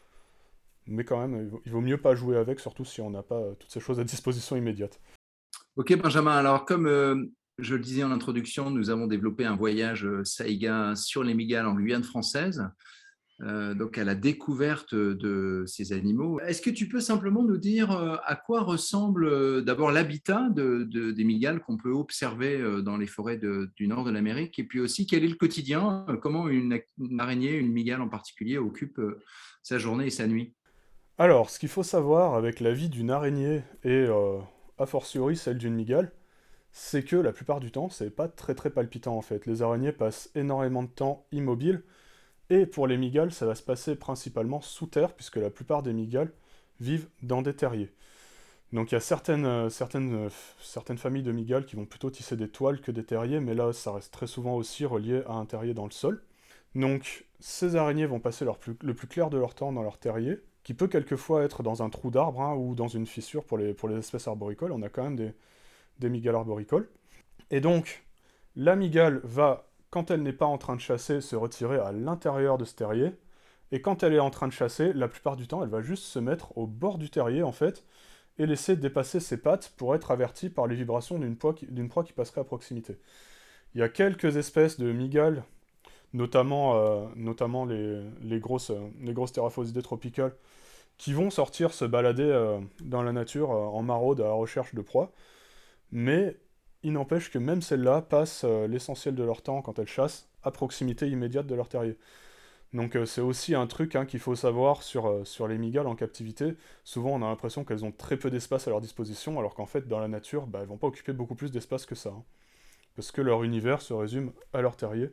mais quand même, il vaut mieux pas jouer avec, surtout si on n'a pas toutes ces choses à disposition immédiate. Ok Benjamin, alors comme euh, je le disais en introduction, nous avons développé un voyage euh, Saïga sur les mygales en Guyane française. Euh, donc à la découverte de ces animaux. Est-ce que tu peux simplement nous dire euh, à quoi ressemble euh, d'abord l'habitat de, de, des mygales qu'on peut observer euh, dans les forêts de, du nord de l'Amérique, et puis aussi quel est le quotidien, euh, comment une, une araignée, une mygale en particulier, occupe euh, sa journée et sa nuit? Alors, ce qu'il faut savoir avec la vie d'une araignée et euh, a fortiori celle d'une mygale, c'est que la plupart du temps, c'est pas très très palpitant en fait. Les araignées passent énormément de temps immobiles. Et pour les mygales, ça va se passer principalement sous terre, puisque la plupart des mygales vivent dans des terriers. Donc il y a certaines, euh, certaines, euh, f- certaines familles de mygales qui vont plutôt tisser des toiles que des terriers, mais là ça reste très souvent aussi relié à un terrier dans le sol. Donc ces araignées vont passer leur plus- le plus clair de leur temps dans leur terrier, qui peut quelquefois être dans un trou d'arbre hein, ou dans une fissure pour les, pour les espèces arboricoles. On a quand même des, des mygales arboricoles. Et donc la mygale va, quand elle n'est pas en train de chasser, se retirer à l'intérieur de ce terrier. Et quand elle est en train de chasser, la plupart du temps, elle va juste se mettre au bord du terrier, en fait, et laisser dépasser ses pattes pour être avertie par les vibrations d'une proie, qui, d'une proie qui passerait à proximité. Il y a quelques espèces de mygales, notamment, euh, notamment les, les grosses, euh, les grosses Theraphosidés tropicales, qui vont sortir se balader euh, dans la nature euh, en maraude à la recherche de proies, mais il n'empêche que même celles-là passent euh, l'essentiel de leur temps, quand elles chassent, à proximité immédiate de leur terrier. Donc euh, c'est aussi un truc hein, qu'il faut savoir sur, euh, sur les mygales en captivité. Souvent on a l'impression qu'elles ont très peu d'espace à leur disposition, alors qu'en fait dans la nature, bah, elles vont pas occuper beaucoup plus d'espace que ça. hein. Parce que leur univers se résume à leur terrier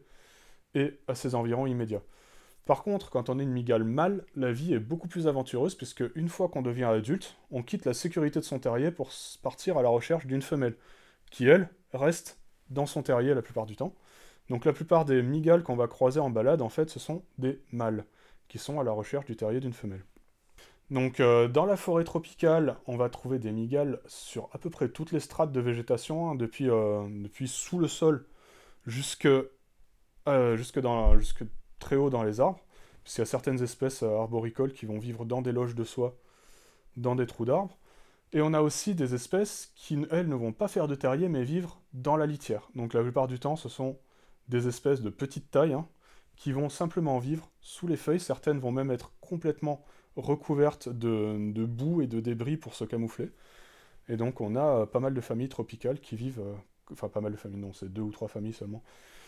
et à ses environs immédiats. Par contre, quand on est une mygale mâle, la vie est beaucoup plus aventureuse, puisque une fois qu'on devient adulte, on quitte la sécurité de son terrier pour s- partir à la recherche d'une femelle, qui elle, reste dans son terrier la plupart du temps. Donc la plupart des mygales qu'on va croiser en balade, en fait, ce sont des mâles, qui sont à la recherche du terrier d'une femelle. Donc euh, dans la forêt tropicale, on va trouver des mygales sur à peu près toutes les strates de végétation, hein, depuis, euh, depuis sous le sol jusque, euh, jusque, dans, jusque très haut dans les arbres, puisqu'il y a certaines espèces euh, arboricoles qui vont vivre dans des loges de soie, dans des trous d'arbres. Et on a aussi des espèces qui, elles, ne vont pas faire de terrier, mais vivre dans la litière. Donc la plupart du temps, ce sont des espèces de petite taille, hein, qui vont simplement vivre sous les feuilles. Certaines vont même être complètement recouvertes de, de boue et de débris pour se camoufler. Et donc on a euh, pas mal de familles tropicales qui vivent... euh, enfin pas mal de familles, non, c'est deux ou trois familles seulement,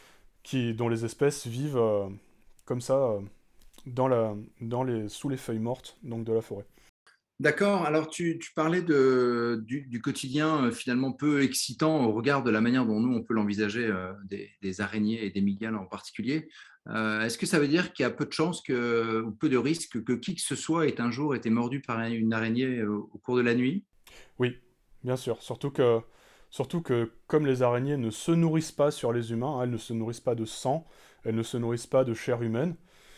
qui, dont les espèces vivent euh, comme ça, euh, dans la, dans les, sous les feuilles mortes donc de la forêt. D'accord. Alors, tu, tu parlais de, du, du quotidien euh, finalement peu excitant au regard de la manière dont nous, on peut l'envisager, euh, des, des araignées et des mygales en particulier. Euh, est-ce que ça veut dire qu'il y a peu de chances que, ou peu de risques que qui que ce soit ait un jour été mordu par une araignée euh, au cours de la nuit? Oui, bien sûr. Surtout que, surtout que comme les araignées ne se nourrissent pas sur les humains, hein, elles ne se nourrissent pas de sang, elles ne se nourrissent pas de chair humaine,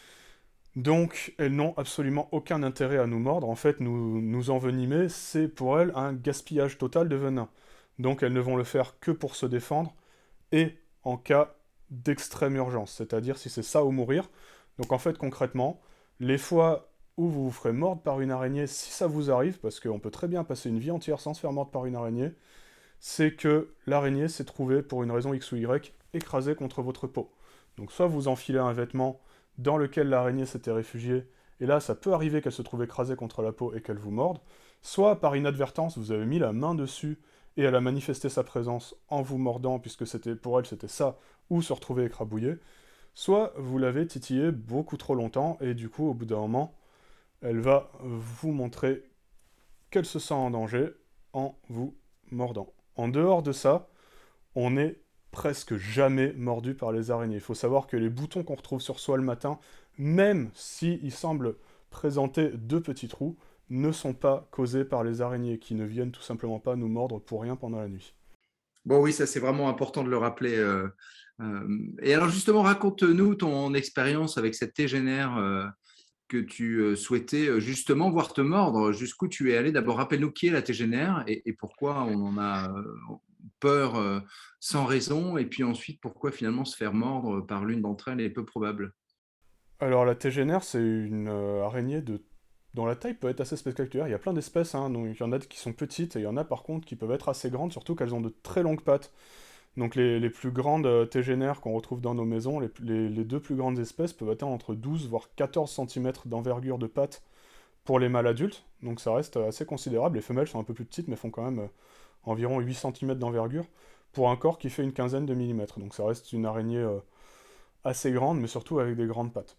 donc elles n'ont absolument aucun intérêt à nous mordre. En fait, nous, nous envenimer, c'est pour elles un gaspillage total de venin. Donc elles ne vont le faire que pour se défendre et en cas d'extrême urgence, c'est-à-dire si c'est ça ou mourir. Donc en fait, concrètement, les fois où vous vous ferez mordre par une araignée, si ça vous arrive, parce qu'on peut très bien passer une vie entière sans se faire mordre par une araignée, c'est que l'araignée s'est trouvée, pour une raison X ou Y, écrasée contre votre peau. Donc soit vous enfilez un vêtement dans lequel l'araignée s'était réfugiée, et là ça peut arriver qu'elle se trouve écrasée contre la peau et qu'elle vous morde, soit par inadvertance vous avez mis la main dessus et elle a manifesté sa présence en vous mordant, puisque c'était pour elle c'était ça, ou se retrouver écrabouillée, soit vous l'avez titillée beaucoup trop longtemps, et du coup au bout d'un moment, elle va vous montrer qu'elle se sent en danger en vous mordant. En dehors de ça, on n'est presque jamais mordu par les araignées. Il faut savoir que les boutons qu'on retrouve sur soi le matin, même s'ils semblent présenter deux petits trous, ne sont pas causés par les araignées, qui ne viennent tout simplement pas nous mordre pour rien pendant la nuit. Bon, oui, ça c'est vraiment important de le rappeler. euh, euh, et alors justement, raconte-nous ton expérience avec cette tégénaire euh, que tu euh, souhaitais euh, justement voir te mordre. Jusqu'où tu es allé? D'abord, rappelle-nous qui est la tégénaire et, et pourquoi on en a euh, peur euh, sans raison. Et puis ensuite, pourquoi finalement se faire mordre par l'une d'entre elles est peu probable. Alors la tégénaire, c'est une euh, araignée de... dont la taille peut être assez spectaculaire. Il y a plein d'espèces, hein, donc il y en a qui sont petites et il y en a par contre qui peuvent être assez grandes, surtout qu'elles ont de très longues pattes. Donc les, les plus grandes euh, tégénaires qu'on retrouve dans nos maisons, les, les- les deux plus grandes espèces peuvent atteindre entre douze voire quatorze centimètres d'envergure de pattes pour les mâles adultes, donc ça reste euh, assez considérable. Les femelles sont un peu plus petites mais font quand même euh, environ huit centimètres d'envergure pour un corps qui fait une quinzaine de millimètres. Donc ça reste une araignée euh, assez grande mais surtout avec des grandes pattes.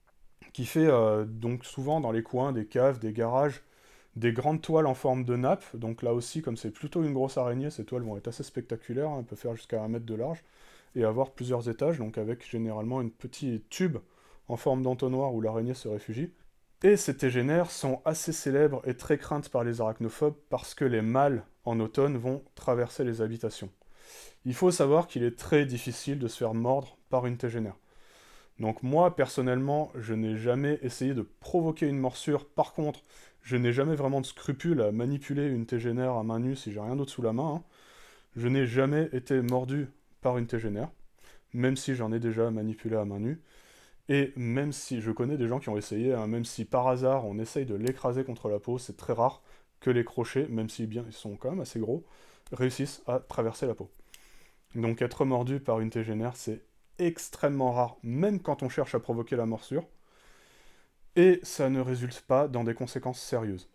Qui fait euh, donc souvent dans les coins des caves, des garages, des grandes toiles en forme de nappe. Donc là aussi, comme c'est plutôt une grosse araignée, ces toiles vont être assez spectaculaires, hein, elles peuvent faire jusqu'à un mètre de large, et avoir plusieurs étages, donc avec généralement une petite tube en forme d'entonnoir où l'araignée se réfugie. Et ces tégénères sont assez célèbres et très craintes par les arachnophobes parce que les mâles, en automne, vont traverser les habitations. Il faut savoir qu'il est très difficile de se faire mordre par une tégénère. Donc moi, personnellement, je n'ai jamais essayé de provoquer une morsure. Par contre, je n'ai jamais vraiment de scrupule à manipuler une tégénère à main nue si j'ai rien d'autre sous la main. hein. Je n'ai jamais été mordu par une tégénère, même si j'en ai déjà manipulé à main nue. Et même si je connais des gens qui ont essayé, hein, même si par hasard on essaye de l'écraser contre la peau, c'est très rare que les crochets, même si bien ils sont quand même assez gros, réussissent à traverser la peau. Donc être mordu par une tégénère, c'est extrêmement rare, même quand on cherche à provoquer la morsure, et ça ne résulte pas dans des conséquences sérieuses.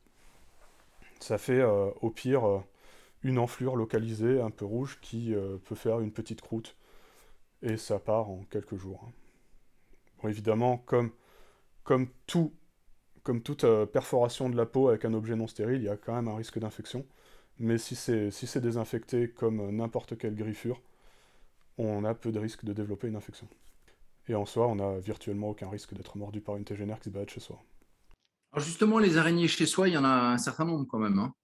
Ça fait euh, au pire euh, une enflure localisée un peu rouge qui euh, peut faire une petite croûte, et ça part en quelques jours. hein. Bon, évidemment, comme, comme, tout, comme toute euh, perforation de la peau avec un objet non stérile, il y a quand même un risque d'infection, mais si c'est si c'est désinfecté comme euh, n'importe quelle griffure, on a peu de risque de développer une infection. Et en soi, on n'a virtuellement aucun risque d'être mordu par une tégénère qui se balade chez soi. Alors justement, les araignées chez soi, il y en a un certain nombre quand même. hein.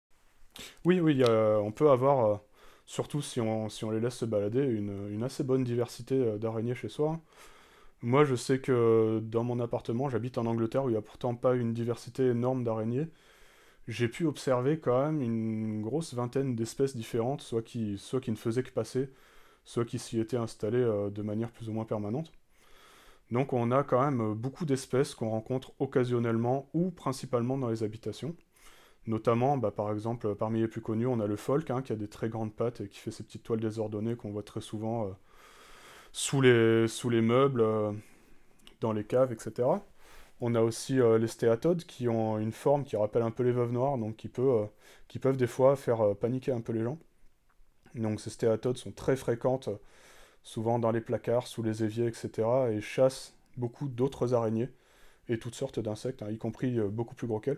Oui, oui, euh, on peut avoir, euh, surtout si on, si on les laisse se balader, une, une assez bonne diversité euh, d'araignées chez soi. Moi, je sais que dans mon appartement, j'habite en Angleterre où il n'y a pourtant pas une diversité énorme d'araignées. J'ai pu observer quand même une grosse vingtaine d'espèces différentes, soit qui, soit qui ne faisaient que passer, soit qui s'y étaient installées euh, de manière plus ou moins permanente. Donc on a quand même euh, beaucoup d'espèces qu'on rencontre occasionnellement ou principalement dans les habitations. Notamment, bah, par exemple, parmi les plus connus, on a le pholque, hein, qui a des très grandes pattes et qui fait ces petites toiles désordonnées qu'on voit très souvent euh, sous, les, sous les meubles, euh, dans les caves, et cetera. On a aussi euh, les stéatodes qui ont une forme qui rappelle un peu les veuves noires, donc qui, peut, euh, qui peuvent des fois faire euh, paniquer un peu les gens. Donc ces stéatodes sont très fréquentes, euh, souvent dans les placards, sous les éviers, et cetera, et chassent beaucoup d'autres araignées et toutes sortes d'insectes, hein, y compris euh, beaucoup plus gros qu'elles,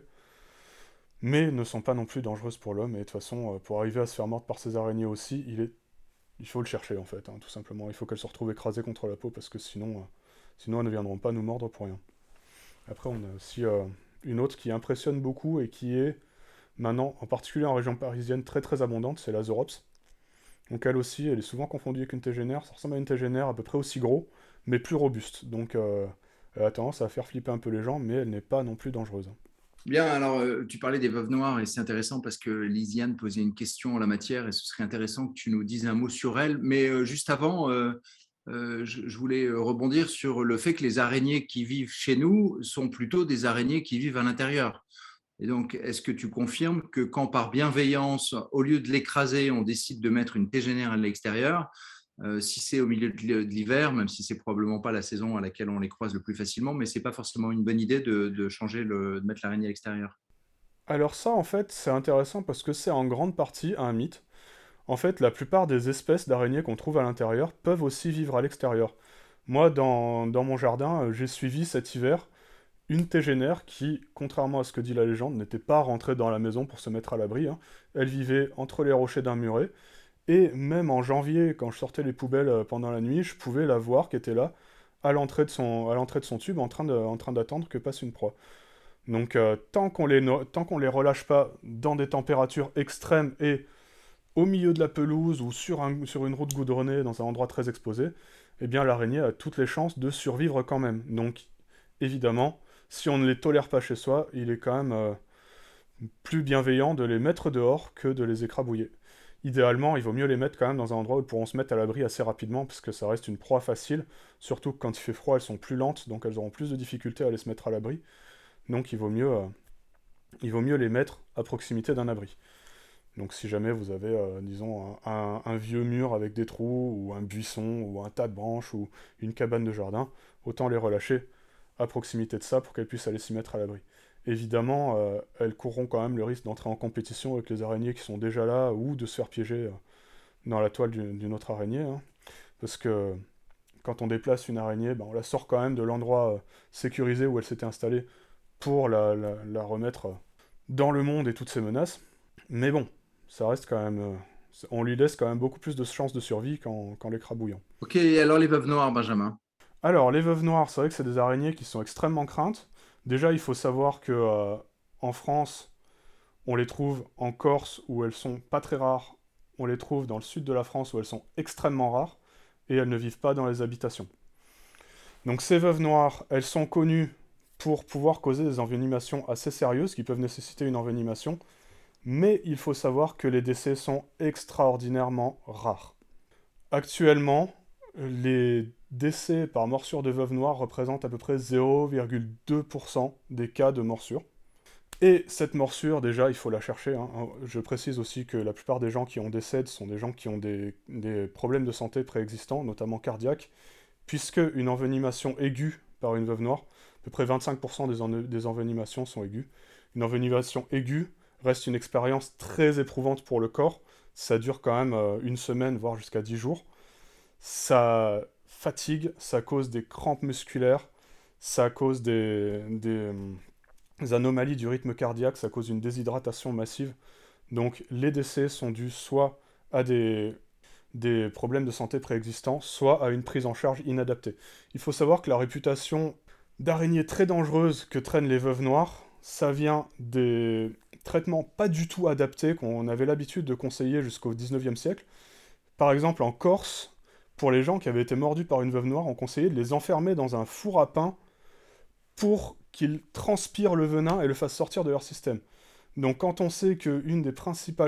mais ne sont pas non plus dangereuses pour l'homme. Et de toute façon, euh, pour arriver à se faire mordre par ces araignées aussi, il, est... il faut le chercher en fait, hein, tout simplement. Il faut qu'elles se retrouvent écrasées contre la peau parce que sinon, euh, sinon elles ne viendront pas nous mordre pour rien. Après, on a aussi euh, une autre qui impressionne beaucoup et qui est maintenant, en particulier en région parisienne, très très abondante, c'est la Zorops. Donc elle aussi, elle est souvent confondue avec une tégénère. Ça ressemble à une tégénère à peu près aussi gros, mais plus robuste. Donc euh, elle a tendance à faire flipper un peu les gens, mais elle n'est pas non plus dangereuse. Bien, alors euh, tu parlais des veuves noires et c'est intéressant parce que Lisiane posait une question en la matière et ce serait intéressant que tu nous dises un mot sur elle. Mais euh, juste avant, euh, euh, je, je voulais rebondir sur le fait que les araignées qui vivent chez nous sont plutôt des araignées qui vivent à l'intérieur. Et donc, est-ce que tu confirmes que quand par bienveillance, au lieu de l'écraser, on décide de mettre une tégénère à l'extérieur, euh, si c'est au milieu de l'hiver, même si c'est probablement pas la saison à laquelle on les croise le plus facilement, mais c'est pas forcément une bonne idée de, de changer le, de mettre l'araignée à l'extérieur. Alors ça, en fait, c'est intéressant parce que c'est en grande partie un mythe. En fait, la plupart des espèces d'araignées qu'on trouve à l'intérieur peuvent aussi vivre à l'extérieur. Moi, dans, dans mon jardin, euh, j'ai suivi cet hiver une tégénère qui, contrairement à ce que dit la légende, n'était pas rentrée dans la maison pour se mettre à l'abri. hein. Elle vivait entre les rochers d'un muret. Et même en janvier, quand je sortais les poubelles euh, pendant la nuit, je pouvais la voir qui était là, à l'entrée de son, à l'entrée de son tube, en train de, en train d'attendre que passe une proie. Donc euh, tant qu'on les, no- tant qu'on les relâche pas dans des températures extrêmes et au milieu de la pelouse ou sur, un- sur une route goudronnée dans un endroit très exposé, eh bien l'araignée a toutes les chances de survivre quand même. Donc évidemment, si on ne les tolère pas chez soi, il est quand même euh, plus bienveillant de les mettre dehors que de les écrabouiller. Idéalement, il vaut mieux les mettre quand même dans un endroit où elles pourront se mettre à l'abri assez rapidement, parce que ça reste une proie facile, surtout que quand il fait froid, elles sont plus lentes, donc elles auront plus de difficultés à aller se mettre à l'abri. Donc il vaut mieux, euh, il vaut mieux les mettre à proximité d'un abri. Donc si jamais vous avez, euh, disons, un, un- un vieux mur avec des trous, ou un buisson, ou un tas de branches, ou une cabane de jardin, autant les relâcher à proximité de ça pour qu'elles puissent aller s'y mettre à l'abri. Évidemment, euh, elles courront quand même le risque d'entrer en compétition avec les araignées qui sont déjà là, ou de se faire piéger euh, dans la toile d'une d'une autre araignée. hein. Parce que quand on déplace une araignée, ben, on la sort quand même de l'endroit euh, sécurisé où elle s'était installée pour la, la- la remettre euh, dans le monde et toutes ses menaces. Mais bon, ça reste quand même... euh, on lui laisse quand même beaucoup plus de chances de survie qu'en qu'en l'écrabouillant. Ok, et alors les veuves noires, Benjamin? Alors, les veuves noires, c'est vrai que c'est des araignées qui sont extrêmement craintes. Déjà, il faut savoir que euh, en France, on les trouve en Corse où elles sont pas très rares, on les trouve dans le sud de la France où elles sont extrêmement rares, et elles ne vivent pas dans les habitations. Donc ces veuves noires, elles sont connues pour pouvoir causer des envenimations assez sérieuses, qui peuvent nécessiter une envenimation, mais il faut savoir que les décès sont extraordinairement rares. Actuellement, les décès par morsure de veuve noire représentent à peu près zéro virgule deux pour cent des cas de morsure. Et cette morsure, déjà, il faut la chercher, hein. Je précise aussi que la plupart des gens qui en décèdent sont des gens qui ont des, des problèmes de santé préexistants, notamment cardiaques, puisque une envenimation aiguë par une veuve noire, à peu près vingt-cinq pour cent des, en des envenimations sont aiguës. Une envenimation aiguë reste une expérience très éprouvante pour le corps. Ça dure quand même euh, une semaine, voire jusqu'à dix jours. Ça fatigue, ça cause des crampes musculaires, ça cause des, des, des anomalies du rythme cardiaque, ça cause une déshydratation massive. Donc les décès sont dus soit à des, des problèmes de santé préexistants, soit à une prise en charge inadaptée. Il faut savoir que la réputation d'araignée très dangereuse que traînent les veuves noires, ça vient des traitements pas du tout adaptés qu'on avait l'habitude de conseiller jusqu'au dix-neuvième siècle. Par exemple, en Corse, pour les gens qui avaient été mordus par une veuve noire, on conseillait de les enfermer dans un four à pain pour qu'ils transpirent le venin et le fassent sortir de leur système. Donc quand on sait qu'un des,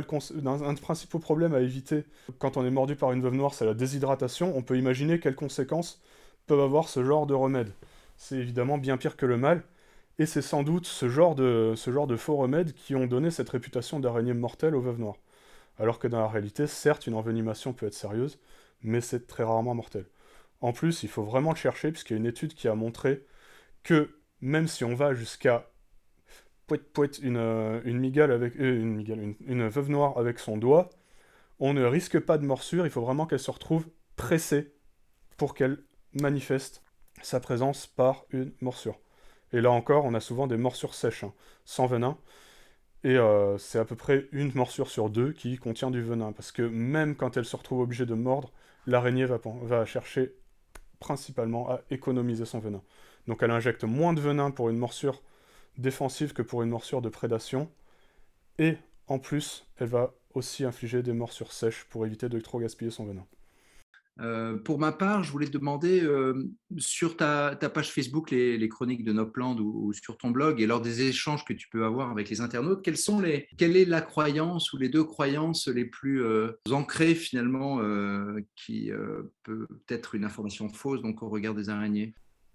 un des principaux problèmes à éviter quand on est mordu par une veuve noire, c'est la déshydratation, on peut imaginer quelles conséquences peuvent avoir ce genre de remède. C'est évidemment bien pire que le mal, et c'est sans doute ce genre de, ce genre de faux remèdes qui ont donné cette réputation d'araignée mortelle aux veuves noires. Alors que dans la réalité, certes, une envenimation peut être sérieuse, mais c'est très rarement mortel. En plus, il faut vraiment le chercher, puisqu'il y a une étude qui a montré que même si on va jusqu'à pouet pouet une, euh, une migale avec euh, une, migale, une, une veuve noire avec son doigt, on ne risque pas de morsure, il faut vraiment qu'elle se retrouve pressée pour qu'elle manifeste sa présence par une morsure. Et là encore, on a souvent des morsures sèches, hein, sans venin, et euh, c'est à peu près une morsure sur deux qui contient du venin, parce que même quand elle se retrouve obligée de mordre, l'araignée va, va chercher principalement à économiser son venin. Donc elle injecte moins de venin pour une morsure défensive que pour une morsure de prédation, et en plus, elle va aussi infliger des morsures sèches pour éviter de trop gaspiller son venin. Euh, pour ma part, je voulais te demander, euh, sur ta, ta page Facebook, les, les chroniques de Nopland ou, ou sur ton blog, et lors des échanges que tu peux avoir avec les internautes, quelles sont les, quelle est la croyance ou les deux croyances les plus euh, ancrées finalement, euh, qui euh, peut être une information fausse donc au regard des araignées?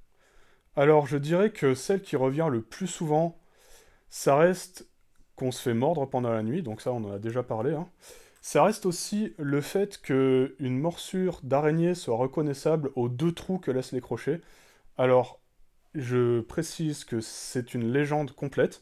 Alors je dirais que celle qui revient le plus souvent, ça reste qu'on se fait mordre pendant la nuit, donc ça on en a déjà parlé, hein. Ça reste aussi le fait qu'une morsure d'araignée soit reconnaissable aux deux trous que laissent les crochets. Alors, je précise que c'est une légende complète.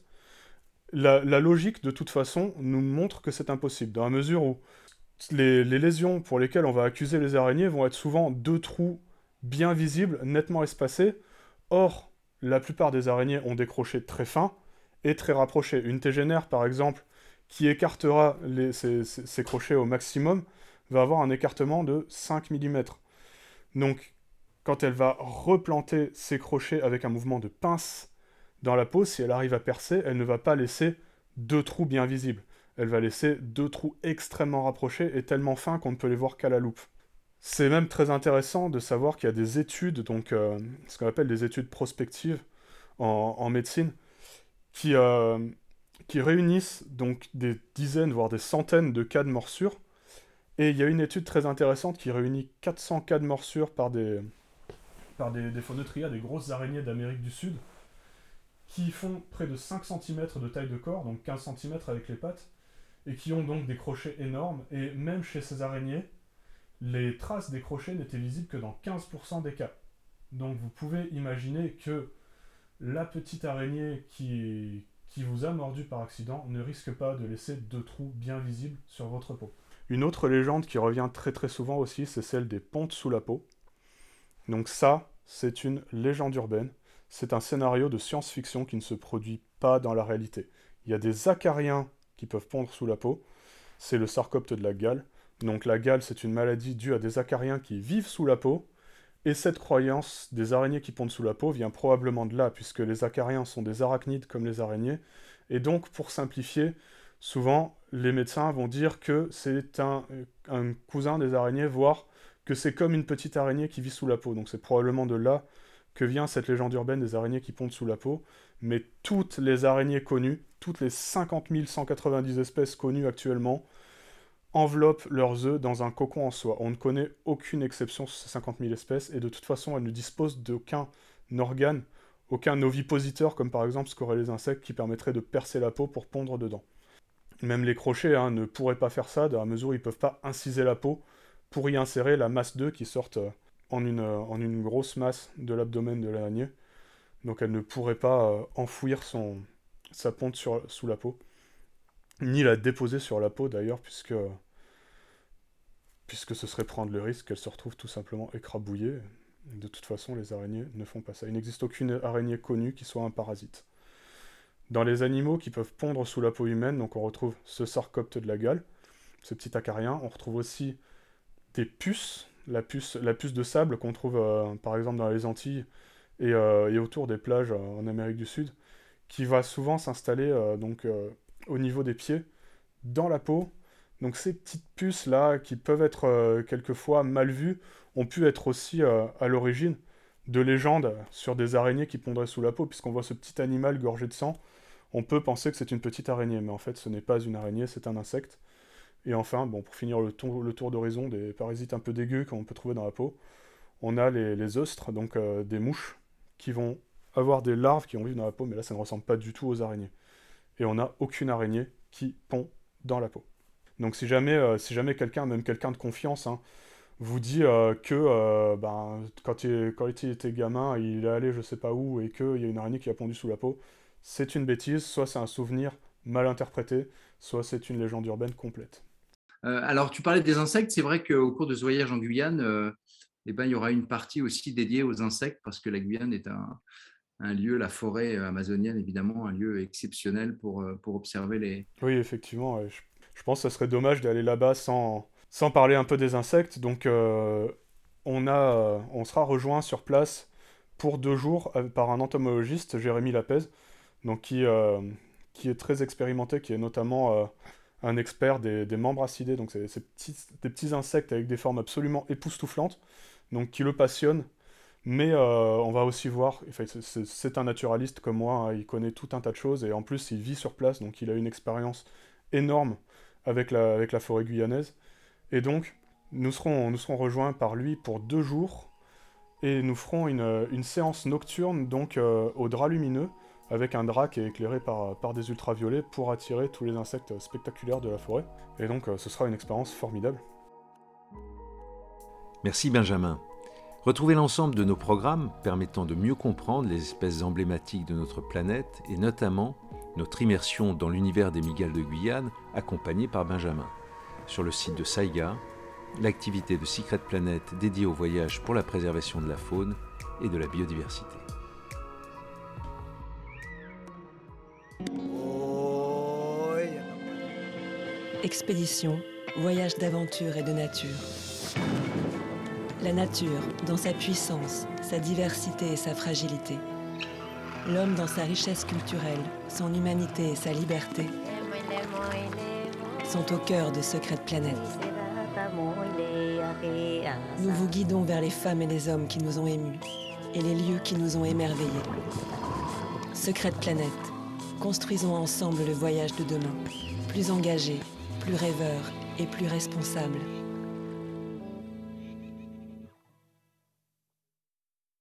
La, la logique, de toute façon, nous montre que c'est impossible, dans la mesure où les, les lésions pour lesquelles on va accuser les araignées vont être souvent deux trous bien visibles, nettement espacés. Or, la plupart des araignées ont des crochets très fins et très rapprochés. Une tégénaire, par exemple, qui écartera les, ses, ses, ses crochets au maximum, va avoir un écartement de cinq millimètres. Donc, quand elle va replanter ses crochets avec un mouvement de pince dans la peau, si elle arrive à percer, elle ne va pas laisser deux trous bien visibles. Elle va laisser deux trous extrêmement rapprochés et tellement fins qu'on ne peut les voir qu'à la loupe. C'est même très intéressant de savoir qu'il y a des études, donc euh, ce qu'on appelle des études prospectives en, en médecine, qui... Euh, qui réunissent donc des dizaines, voire des centaines de cas de morsure. Et il y a une étude très intéressante qui réunit quatre cents cas de morsure par des, par des, des Phoneutria, des grosses araignées d'Amérique du Sud, qui font près de cinq centimètres de taille de corps, donc quinze centimètres avec les pattes, et qui ont donc des crochets énormes. Et même chez ces araignées, les traces des crochets n'étaient visibles que dans quinze pour cent des cas. Donc vous pouvez imaginer que la petite araignée qui... qui vous a mordu par accident ne risque pas de laisser deux trous bien visibles sur votre peau. Une autre légende qui revient très très souvent aussi, c'est celle des pontes sous la peau. Donc ça, c'est une légende urbaine. C'est un scénario de science-fiction qui ne se produit pas dans la réalité. Il y a des acariens qui peuvent pondre sous la peau. C'est le sarcopte de la gale. Donc la gale, c'est une maladie due à des acariens qui vivent sous la peau Et cette croyance des araignées qui pondent sous la peau vient probablement de là, puisque les acariens sont des arachnides comme les araignées, et donc, pour simplifier, souvent, les médecins vont dire que c'est un, un cousin des araignées, voire que c'est comme une petite araignée qui vit sous la peau. Donc c'est probablement de là que vient cette légende urbaine des araignées qui pondent sous la peau, mais toutes les araignées connues, toutes les cinquante mille cent quatre-vingt-dix espèces connues actuellement, enveloppent leurs œufs dans un cocon en soie. On ne connaît aucune exception sur ces cinquante mille espèces, et de toute façon, elles ne disposent d'aucun organe, aucun ovipositeur, comme par exemple ce qu'auraient les insectes, qui permettrait de percer la peau pour pondre dedans. Même les crochets hein, ne pourraient pas faire ça, dans la mesure où ils ne peuvent pas inciser la peau pour y insérer la masse d'œufs qui sortent en une, en une grosse masse de l'abdomen de l'araignée. Donc elle ne pourrait pas euh, enfouir son, sa ponte sur, sous la peau, ni la déposer sur la peau d'ailleurs, puisque, puisque ce serait prendre le risque qu'elle se retrouve tout simplement écrabouillée. De toute façon, les araignées ne font pas ça. Il n'existe aucune araignée connue qui soit un parasite. Dans les animaux qui peuvent pondre sous la peau humaine, donc on retrouve ce sarcopte de la Galle, ce petit acarien. On retrouve aussi des puces, la puce, la puce de sable qu'on trouve euh, par exemple dans les Antilles et, euh, et autour des plages euh, en Amérique du Sud, qui va souvent s'installer euh, donc euh, au niveau des pieds, dans la peau. Donc ces petites puces là, qui peuvent être euh, quelquefois mal vues, ont pu être aussi euh, à l'origine de légendes sur des araignées qui pondraient sous la peau, puisqu'on voit ce petit animal gorgé de sang. On peut penser que c'est une petite araignée, mais en fait ce n'est pas une araignée, c'est un insecte. Et enfin, bon, pour finir le tour, le tour d'horizon des parasites un peu dégueux qu'on peut trouver dans la peau, on a les, les oestres, donc euh, des mouches, qui vont avoir des larves qui vont vivre dans la peau, mais là ça ne ressemble pas du tout aux araignées. Et on n'a aucune araignée qui pond dans la peau. Donc si jamais, euh, si jamais quelqu'un, même quelqu'un de confiance, hein, vous dit euh, que euh, ben, quand, il, quand il était gamin, il est allé je sais pas où et qu'il y a une araignée qui a pondu sous la peau, c'est une bêtise, soit c'est un souvenir mal interprété, soit c'est une légende urbaine complète. Euh, alors, tu parlais des insectes. C'est vrai qu'au cours de ce voyage en Guyane, euh, eh ben, il y aura une partie aussi dédiée aux insectes parce que la Guyane est un, un lieu, la forêt amazonienne, évidemment, un lieu exceptionnel pour, pour observer les... Oui, effectivement. Ouais, je, je pense que ça serait dommage d'aller là-bas sans, sans parler un peu des insectes. Donc, euh, on, a, euh, on sera rejoint sur place pour deux jours euh, par un entomologiste, Jérémy Lapez, donc qui, euh, qui est très expérimenté, qui est notamment... Euh, un expert des, des membres acidés, donc c'est, c'est petits, des petits insectes avec des formes absolument époustouflantes, donc qui le passionnent, mais euh, on va aussi voir, enfin, c'est, c'est, c'est un naturaliste comme moi, hein, il connaît tout un tas de choses, et en plus il vit sur place, donc il a une expérience énorme avec la, avec la forêt guyanaise, et donc nous serons, nous serons rejoints par lui pour deux jours, et nous ferons une, une séance nocturne, donc euh, au drap lumineux, avec un drap qui est éclairé par, par des ultraviolets pour attirer tous les insectes spectaculaires de la forêt. Et donc ce sera une expérience formidable. Merci Benjamin. Retrouvez l'ensemble de nos programmes permettant de mieux comprendre les espèces emblématiques de notre planète et notamment notre immersion dans l'univers des mygales de Guyane accompagnée par Benjamin. Sur le site de Saiga, l'activité de Secret Planet dédiée au voyage pour la préservation de la faune et de la biodiversité. Expédition, voyage d'aventure et de nature. La nature, dans sa puissance, sa diversité et sa fragilité. L'homme dans sa richesse culturelle, son humanité et sa liberté sont au cœur de Secret Planet. Nous vous guidons vers les femmes et les hommes qui nous ont émus et les lieux qui nous ont émerveillés. Secret Planet, construisons ensemble le voyage de demain, plus engagé, plus rêveur et plus responsable.